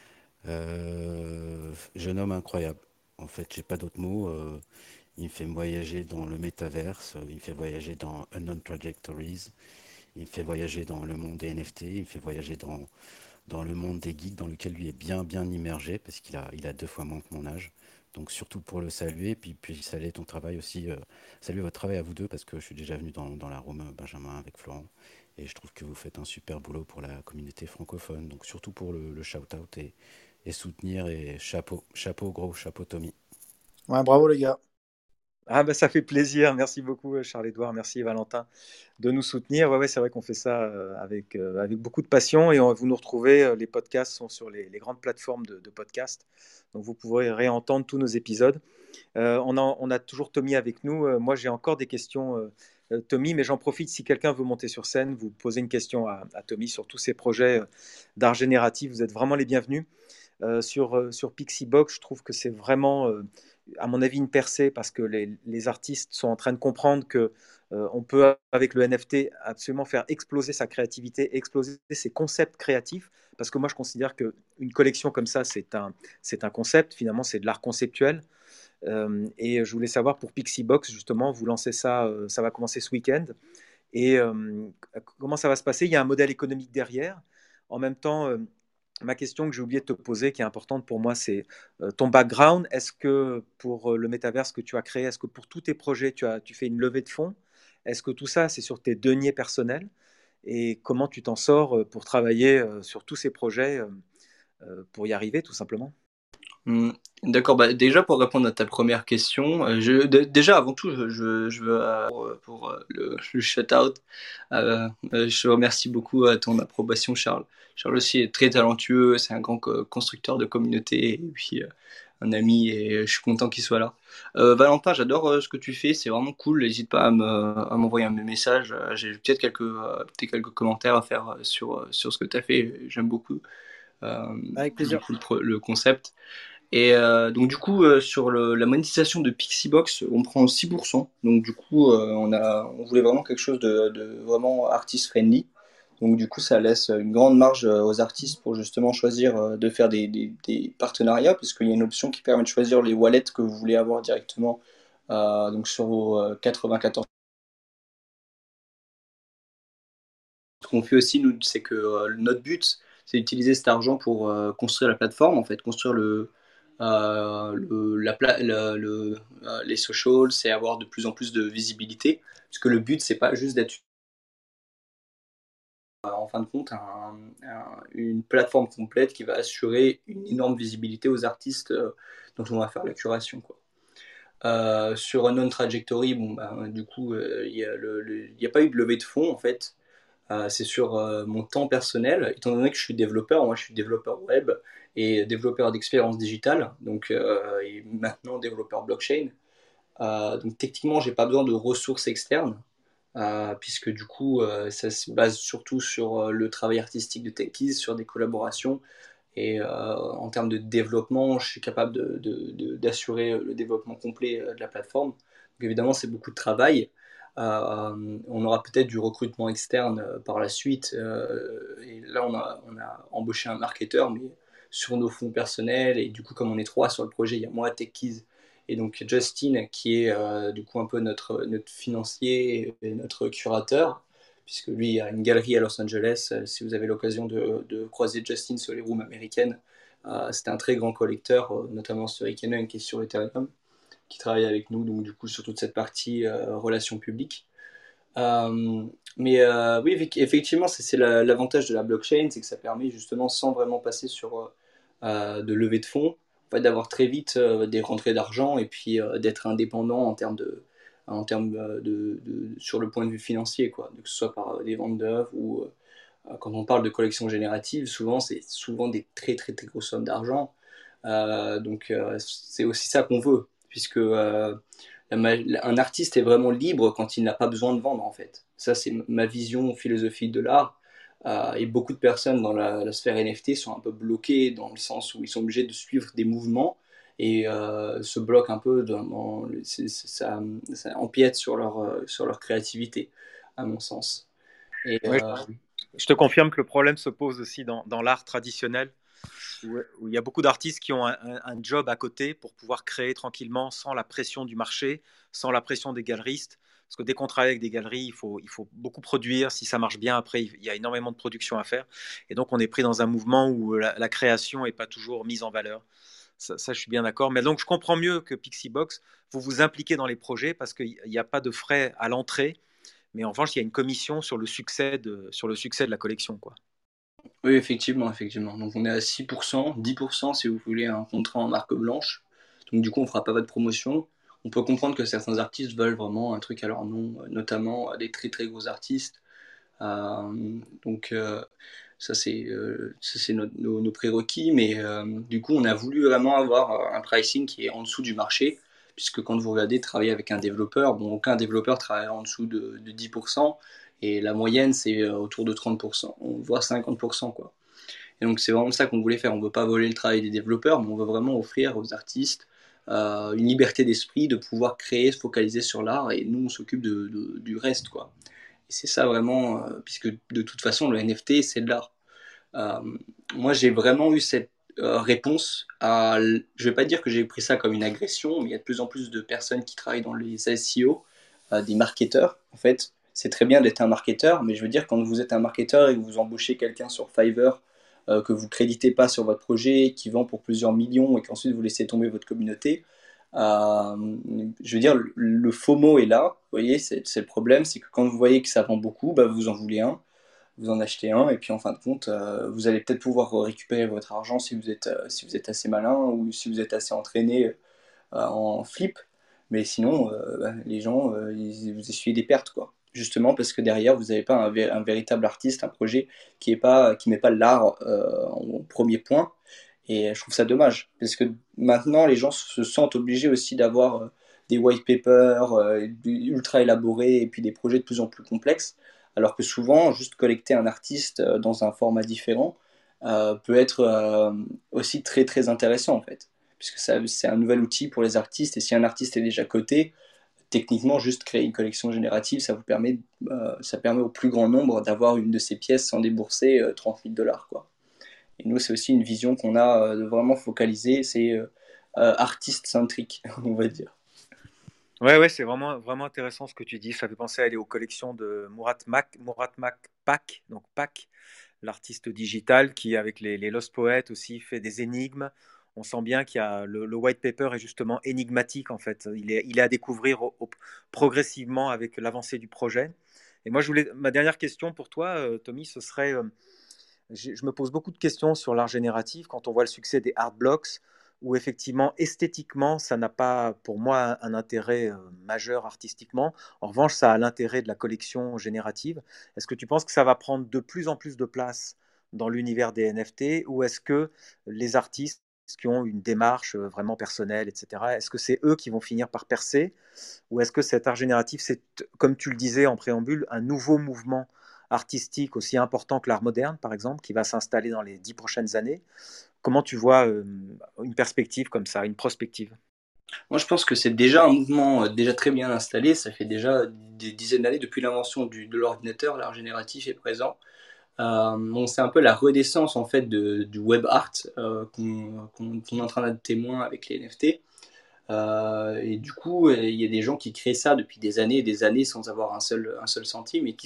Jeune homme incroyable. En fait, j'ai pas d'autres mots. Il me fait voyager dans le métaverse, il me fait voyager dans Unknown Trajectories, il me fait voyager dans le monde des NFT, il me fait voyager dans le monde des geeks dans lequel lui est bien immergé parce il a 2 fois moins que mon âge. Donc surtout pour le saluer, puis saluer ton travail aussi, saluer votre travail à vous deux parce que je suis déjà venu dans la room Benjamin avec Florent et je trouve que vous faites un super boulot pour la communauté francophone. Donc surtout pour le shout-out et soutenir et chapeau gros, chapeau Tommy. Ouais, bravo, les gars. Ah bah ça fait plaisir, merci beaucoup Charles-Édouard, merci Valentin de nous soutenir. Ouais, ouais, c'est vrai qu'on fait ça avec beaucoup de passion et vous nous retrouvez, les podcasts sont sur les grandes plateformes de podcasts, donc vous pourrez réentendre tous nos épisodes. On a toujours Tommy avec nous. Moi, j'ai encore des questions, Tommy, mais j'en profite si quelqu'un veut monter sur scène, vous posez une question à Tommy sur tous ces projets d'art génératif. Vous êtes vraiment les bienvenus. Sur Pixie Box, je trouve que c'est vraiment à mon avis, une percée parce que les artistes sont en train de comprendre que on peut, avec le NFT, absolument faire exploser sa créativité, exploser ses concepts créatifs. Parce que moi, je considère qu'une collection comme ça, c'est un concept, finalement, c'est de l'art conceptuel. Et je voulais savoir pour Pixiebox, justement, vous lancez ça, ça va commencer ce week-end. Et comment ça va se passer? Il y a un modèle économique derrière. En même temps, ma question que j'ai oublié de te poser, qui est importante pour moi, c'est ton background. Est-ce que pour le métaverse que tu as créé, est-ce que pour tous tes projets, tu fais une levée de fonds? Est-ce que tout ça, c'est sur tes deniers personnels? Et comment tu t'en sors pour travailler sur tous ces projets pour y arriver, tout simplement? Hmm, D'accord, bah, déjà pour répondre à ta première question, déjà avant tout, je veux, pour le shout-out, je remercie beaucoup à ton approbation, Charles. Charles aussi est très talentueux, c'est un grand constructeur de communauté, et puis un ami, et je suis content qu'il soit là. Valentin, j'adore ce que tu fais, c'est vraiment cool, n'hésite pas à m'envoyer un message, j'ai peut-être quelques commentaires à faire sur ce que tu as fait, j'aime beaucoup Avec du plaisir. coup, le concept. Et donc du coup sur la monétisation de Pixiebox, on prend 6%. Donc du coup on voulait vraiment quelque chose de vraiment artist friendly. Donc du coup ça laisse une grande marge aux artistes pour justement choisir de faire des partenariats, puisqu'il y a une option qui permet de choisir les wallets que vous voulez avoir directement donc sur vos 94. Ce qu'on fait aussi nous, c'est que notre but, c'est d'utiliser cet argent pour construire la plateforme, en fait, construire les socials, c'est avoir de plus en plus de visibilité, puisque le but, c'est pas juste d'être en fin de compte une plateforme complète qui va assurer une énorme visibilité aux artistes dont on va faire la curation, quoi. Sur Unknown Trajectory, bon, bah, du coup, il n'y a pas eu de levée de fonds en fait. C'est sur mon temps personnel, étant donné que je suis développeur. Moi je suis développeur web et développeur d'expérience digitale, donc et maintenant développeur blockchain. Donc techniquement j'ai pas besoin de ressources externes, puisque du coup ça se base surtout sur le travail artistique de Techies, sur des collaborations, et en termes de développement je suis capable d'assurer le développement complet de la plateforme. Donc évidemment c'est beaucoup de travail. On aura peut-être du recrutement externe par la suite. Et là, on a embauché un marketeur, mais sur nos fonds personnels. Et du coup, comme on est trois sur le projet, il y a moi, TechKeys, et donc Justin, qui est du coup un peu notre financier et notre curateur, puisque lui a une galerie à Los Angeles. Si vous avez l'occasion de croiser Justin sur les rooms américaines, c'est un très grand collecteur, notamment sur Ethereum et sur Ethereum, qui travaille avec nous, donc du coup sur toute cette partie relations publiques. Mais oui, effectivement, c'est l'avantage de la blockchain, c'est que ça permet justement, sans vraiment passer sur de levée de fonds, en fait, d'avoir très vite des rentrées d'argent, et puis d'être indépendant sur le point de vue financier, quoi, que ce soit par des ventes d'œuvres ou quand on parle de collection générative, c'est souvent des très très très grosses sommes d'argent. Donc c'est aussi ça qu'on veut, puisque un artiste est vraiment libre quand il n'a pas besoin de vendre, en fait. Ça, c'est ma vision philosophique de l'art. Et beaucoup de personnes dans la sphère NFT sont un peu bloquées, dans le sens où ils sont obligés de suivre des mouvements, et se bloquent un peu ça empiète sur leur créativité, à mon sens. Et Oui, je te confirme que le problème se pose aussi dans l'art traditionnel, où il y a beaucoup d'artistes qui ont un job à côté pour pouvoir créer tranquillement sans la pression du marché, sans la pression des galeristes. Parce que dès qu'on travaille avec des galeries, il faut beaucoup produire. Si ça marche bien, après, il y a énormément de production à faire. Et donc, on est pris dans un mouvement où la création n'est pas toujours mise en valeur. Ça, je suis bien d'accord. Mais donc, je comprends mieux que Pixiebox, vous vous impliquez dans les projets parce qu'il n'y a pas de frais à l'entrée. Mais en revanche, il y a une commission sur le succès de la collection, quoi. oui, effectivement, effectivement. Donc on est à 6%, 10% si vous voulez un contrat en marque blanche. Donc du coup, on fera pas de promotion. On peut comprendre que certains artistes veulent vraiment un truc à leur nom, notamment des très très gros artistes. Donc ça c'est nos prérequis, mais du coup, on a voulu vraiment avoir un pricing qui est en dessous du marché, puisque quand vous regardez travailler avec un développeur, bon, aucun développeur travaille en dessous de 10%, et la moyenne c'est autour de 30%, voire 50%, quoi. Et donc c'est vraiment ça qu'on voulait faire. On veut pas voler le travail des développeurs, mais on veut vraiment offrir aux artistes une liberté d'esprit de pouvoir créer, se focaliser sur l'art, et nous on s'occupe du reste, quoi. Et c'est ça vraiment, puisque de toute façon le NFT c'est de l'art. Euh, Moi j'ai vraiment eu cette réponse à. Je vais pas dire que j'ai pris ça comme une agression, mais il y a de plus en plus de personnes qui travaillent dans les SEO, des marketeurs en fait. C'est très bien d'être un marketeur, mais je veux dire, quand vous êtes un marketeur et que vous embauchez quelqu'un sur Fiverr, que vous créditez pas sur votre projet, qui vend pour plusieurs millions et qu'ensuite vous laissez tomber votre communauté, euh, je veux dire, le FOMO est là. Vous voyez, c'est le problème, c'est que quand vous voyez que ça vend beaucoup, bah, vous en voulez un, vous en achetez un, et puis en fin de compte, vous allez peut-être pouvoir récupérer votre argent si vous êtes assez malin ou si vous êtes assez entraîné en flip. Mais sinon, bah, les gens, vous essuyez des pertes, quoi. Justement parce que derrière, vous n'avez pas un véritable artiste, un projet qui met pas l'art en premier point. Et je trouve ça dommage, parce que maintenant, les gens se sentent obligés aussi d'avoir des white papers ultra élaborés et puis des projets de plus en plus complexes, alors que souvent, juste collecter un artiste dans un format différent peut être aussi très très intéressant en fait, puisque c'est un nouvel outil pour les artistes, et si un artiste est déjà coté, techniquement, juste créer une collection générative, ça permet au plus grand nombre d'avoir une de ces pièces sans débourser 30 000 dollars, quoi. Et nous, c'est aussi une vision qu'on a de vraiment focaliser, c'est artiste-centrique, on va dire. Ouais, c'est vraiment, vraiment intéressant ce que tu dis. Ça fait penser à aller aux collections de Murat Pak, donc Pak, l'artiste digital qui, avec les Lost Poets aussi, fait des énigmes. On sent bien qu'il y a le white paper est justement énigmatique en fait. Il est à découvrir progressivement avec l'avancée du projet. Et moi, ma dernière question pour toi, Tommy, ce serait, je me pose beaucoup de questions sur l'art génératif quand on voit le succès des art blocks, où effectivement, esthétiquement, ça n'a pas, pour moi, un intérêt majeur artistiquement. En revanche, ça a l'intérêt de la collection générative. Est-ce que tu penses que ça va prendre de plus en plus de place dans l'univers des NFT, ou est-ce que les artistes qui ont une démarche vraiment personnelle, etc., est-ce que c'est eux qui vont finir par percer, ou est-ce que cet art génératif, c'est, comme tu le disais en préambule, un nouveau mouvement artistique aussi important que l'art moderne, par exemple, qui va s'installer dans les 10 prochaines années? Comment tu vois une perspective comme ça, une prospective? Moi, je pense que c'est déjà un mouvement déjà très bien installé. Ça fait déjà des dizaines d'années depuis l'invention de l'ordinateur, l'art génératif est présent. Bon, c'est un peu la renaissance en fait du web art qu'on est en train d'être témoin avec les NFT. Et du coup, il y a des gens qui créent ça depuis des années et des années sans avoir un seul centime, et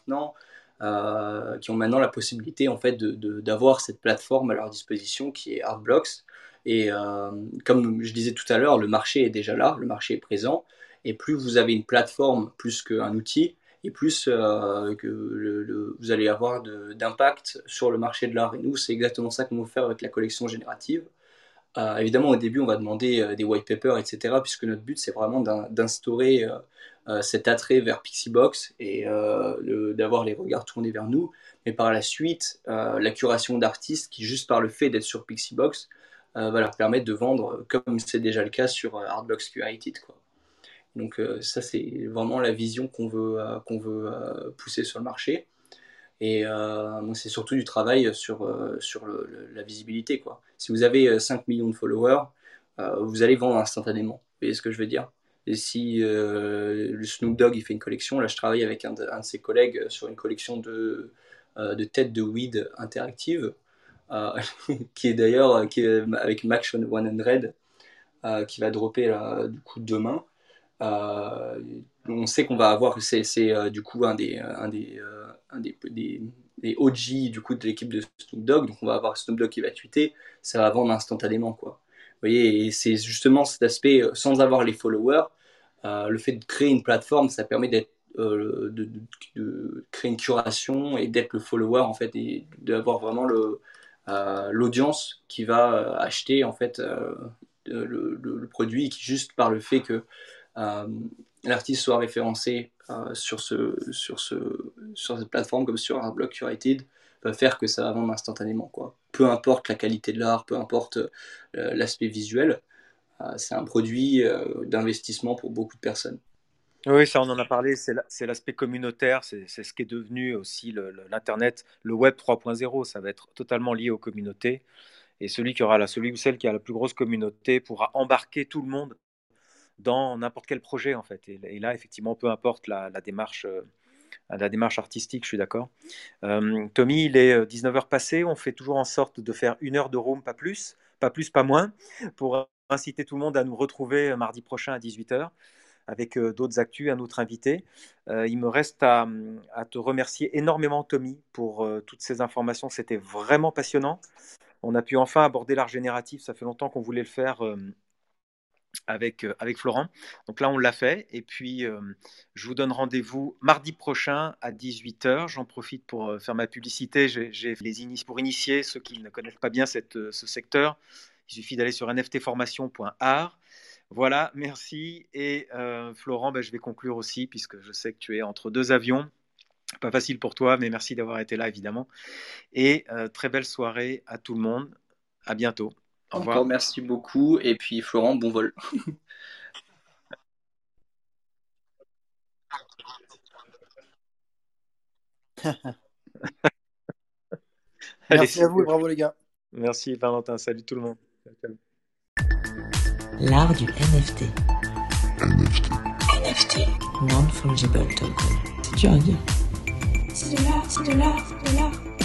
qui ont maintenant la possibilité en fait d'avoir cette plateforme à leur disposition qui est Artblocks. Et comme je disais tout à l'heure, le marché est déjà là, le marché est présent, et plus vous avez une plateforme plus qu'un outil, et plus que vous allez avoir d'impact sur le marché de l'art. Et nous, c'est exactement ça qu'on veut faire avec la collection générative. Évidemment, au début, on va demander des white papers, etc., puisque notre but, c'est vraiment d'instaurer cet attrait vers Pixiebox et d'avoir les regards tournés vers nous. Mais par la suite, la curation d'artistes qui, juste par le fait d'être sur Pixiebox, va leur permettre de vendre comme c'est déjà le cas sur Artblocks Curated, quoi. Donc ça, c'est vraiment la vision qu'on veut pousser sur le marché. Et c'est surtout du travail sur la visibilité, quoi. Si vous avez 5 millions de followers, vous allez vendre instantanément. Vous voyez ce que je veux dire? Et si le Snoop Dogg il fait une collection, là je travaille avec un de ses collègues sur une collection de têtes de weed interactives, euh, qui est d'ailleurs avec Max 100, qui va dropper là, du coup demain. Euh, on sait qu'on va avoir, c'est du coup des OG du coup de l'équipe de Snoop Dogg, donc on va avoir Snoop Dogg qui va tweeter, ça va vendre instantanément, quoi. Vous voyez, et c'est justement cet aspect, sans avoir les followers, le fait de créer une plateforme, ça permet de créer une curation et d'être le follower en fait, et d'avoir vraiment l'audience qui va acheter en fait le produit, et qui juste par le fait que euh, l'artiste soit référencé sur cette plateforme comme sur un blog curated, va faire que ça va vendre instantanément, quoi. Peu importe la qualité de l'art, peu importe l'aspect visuel, c'est un produit d'investissement pour beaucoup de personnes. Oui, ça on en a parlé, c'est l'aspect communautaire, c'est ce qui est devenu aussi l'Internet, le Web 3.0, ça va être totalement lié aux communautés. Et celui ou celle qui a la plus grosse communauté pourra embarquer tout le monde dans n'importe quel projet en fait. Et là, effectivement, peu importe la démarche artistique, je suis d'accord. Tommy, il est 19h passé, on fait toujours en sorte de faire 1 heure de room, pas plus, pas moins, pour inciter tout le monde à nous retrouver mardi prochain à 18h avec d'autres actus, un autre invité. Il me reste à te remercier énormément, Tommy, pour toutes ces informations. C'était vraiment passionnant. On a pu enfin aborder l'art génératif. Ça fait longtemps qu'on voulait le faire avec Florent. Donc là, on l'a fait. Et puis, je vous donne rendez-vous mardi prochain à 18h. J'en profite pour faire ma publicité. J'ai pour initier ceux qui ne connaissent pas bien ce secteur. Il suffit d'aller sur nftformation.art. Voilà, merci. Et Florent, je vais conclure aussi, puisque je sais que tu es entre 2 avions. Pas facile pour toi, mais merci d'avoir été là, évidemment. Et très belle soirée à tout le monde. À bientôt. Au revoir. Encore merci beaucoup. Et puis Florent, bon vol. Merci à vous et bravo les gars. Merci Valentin, salut tout le monde. L'art du NFT. Non-fungible token. C'est dur à dire. C'est de l'art, c'est de l'art, c'est de l'art.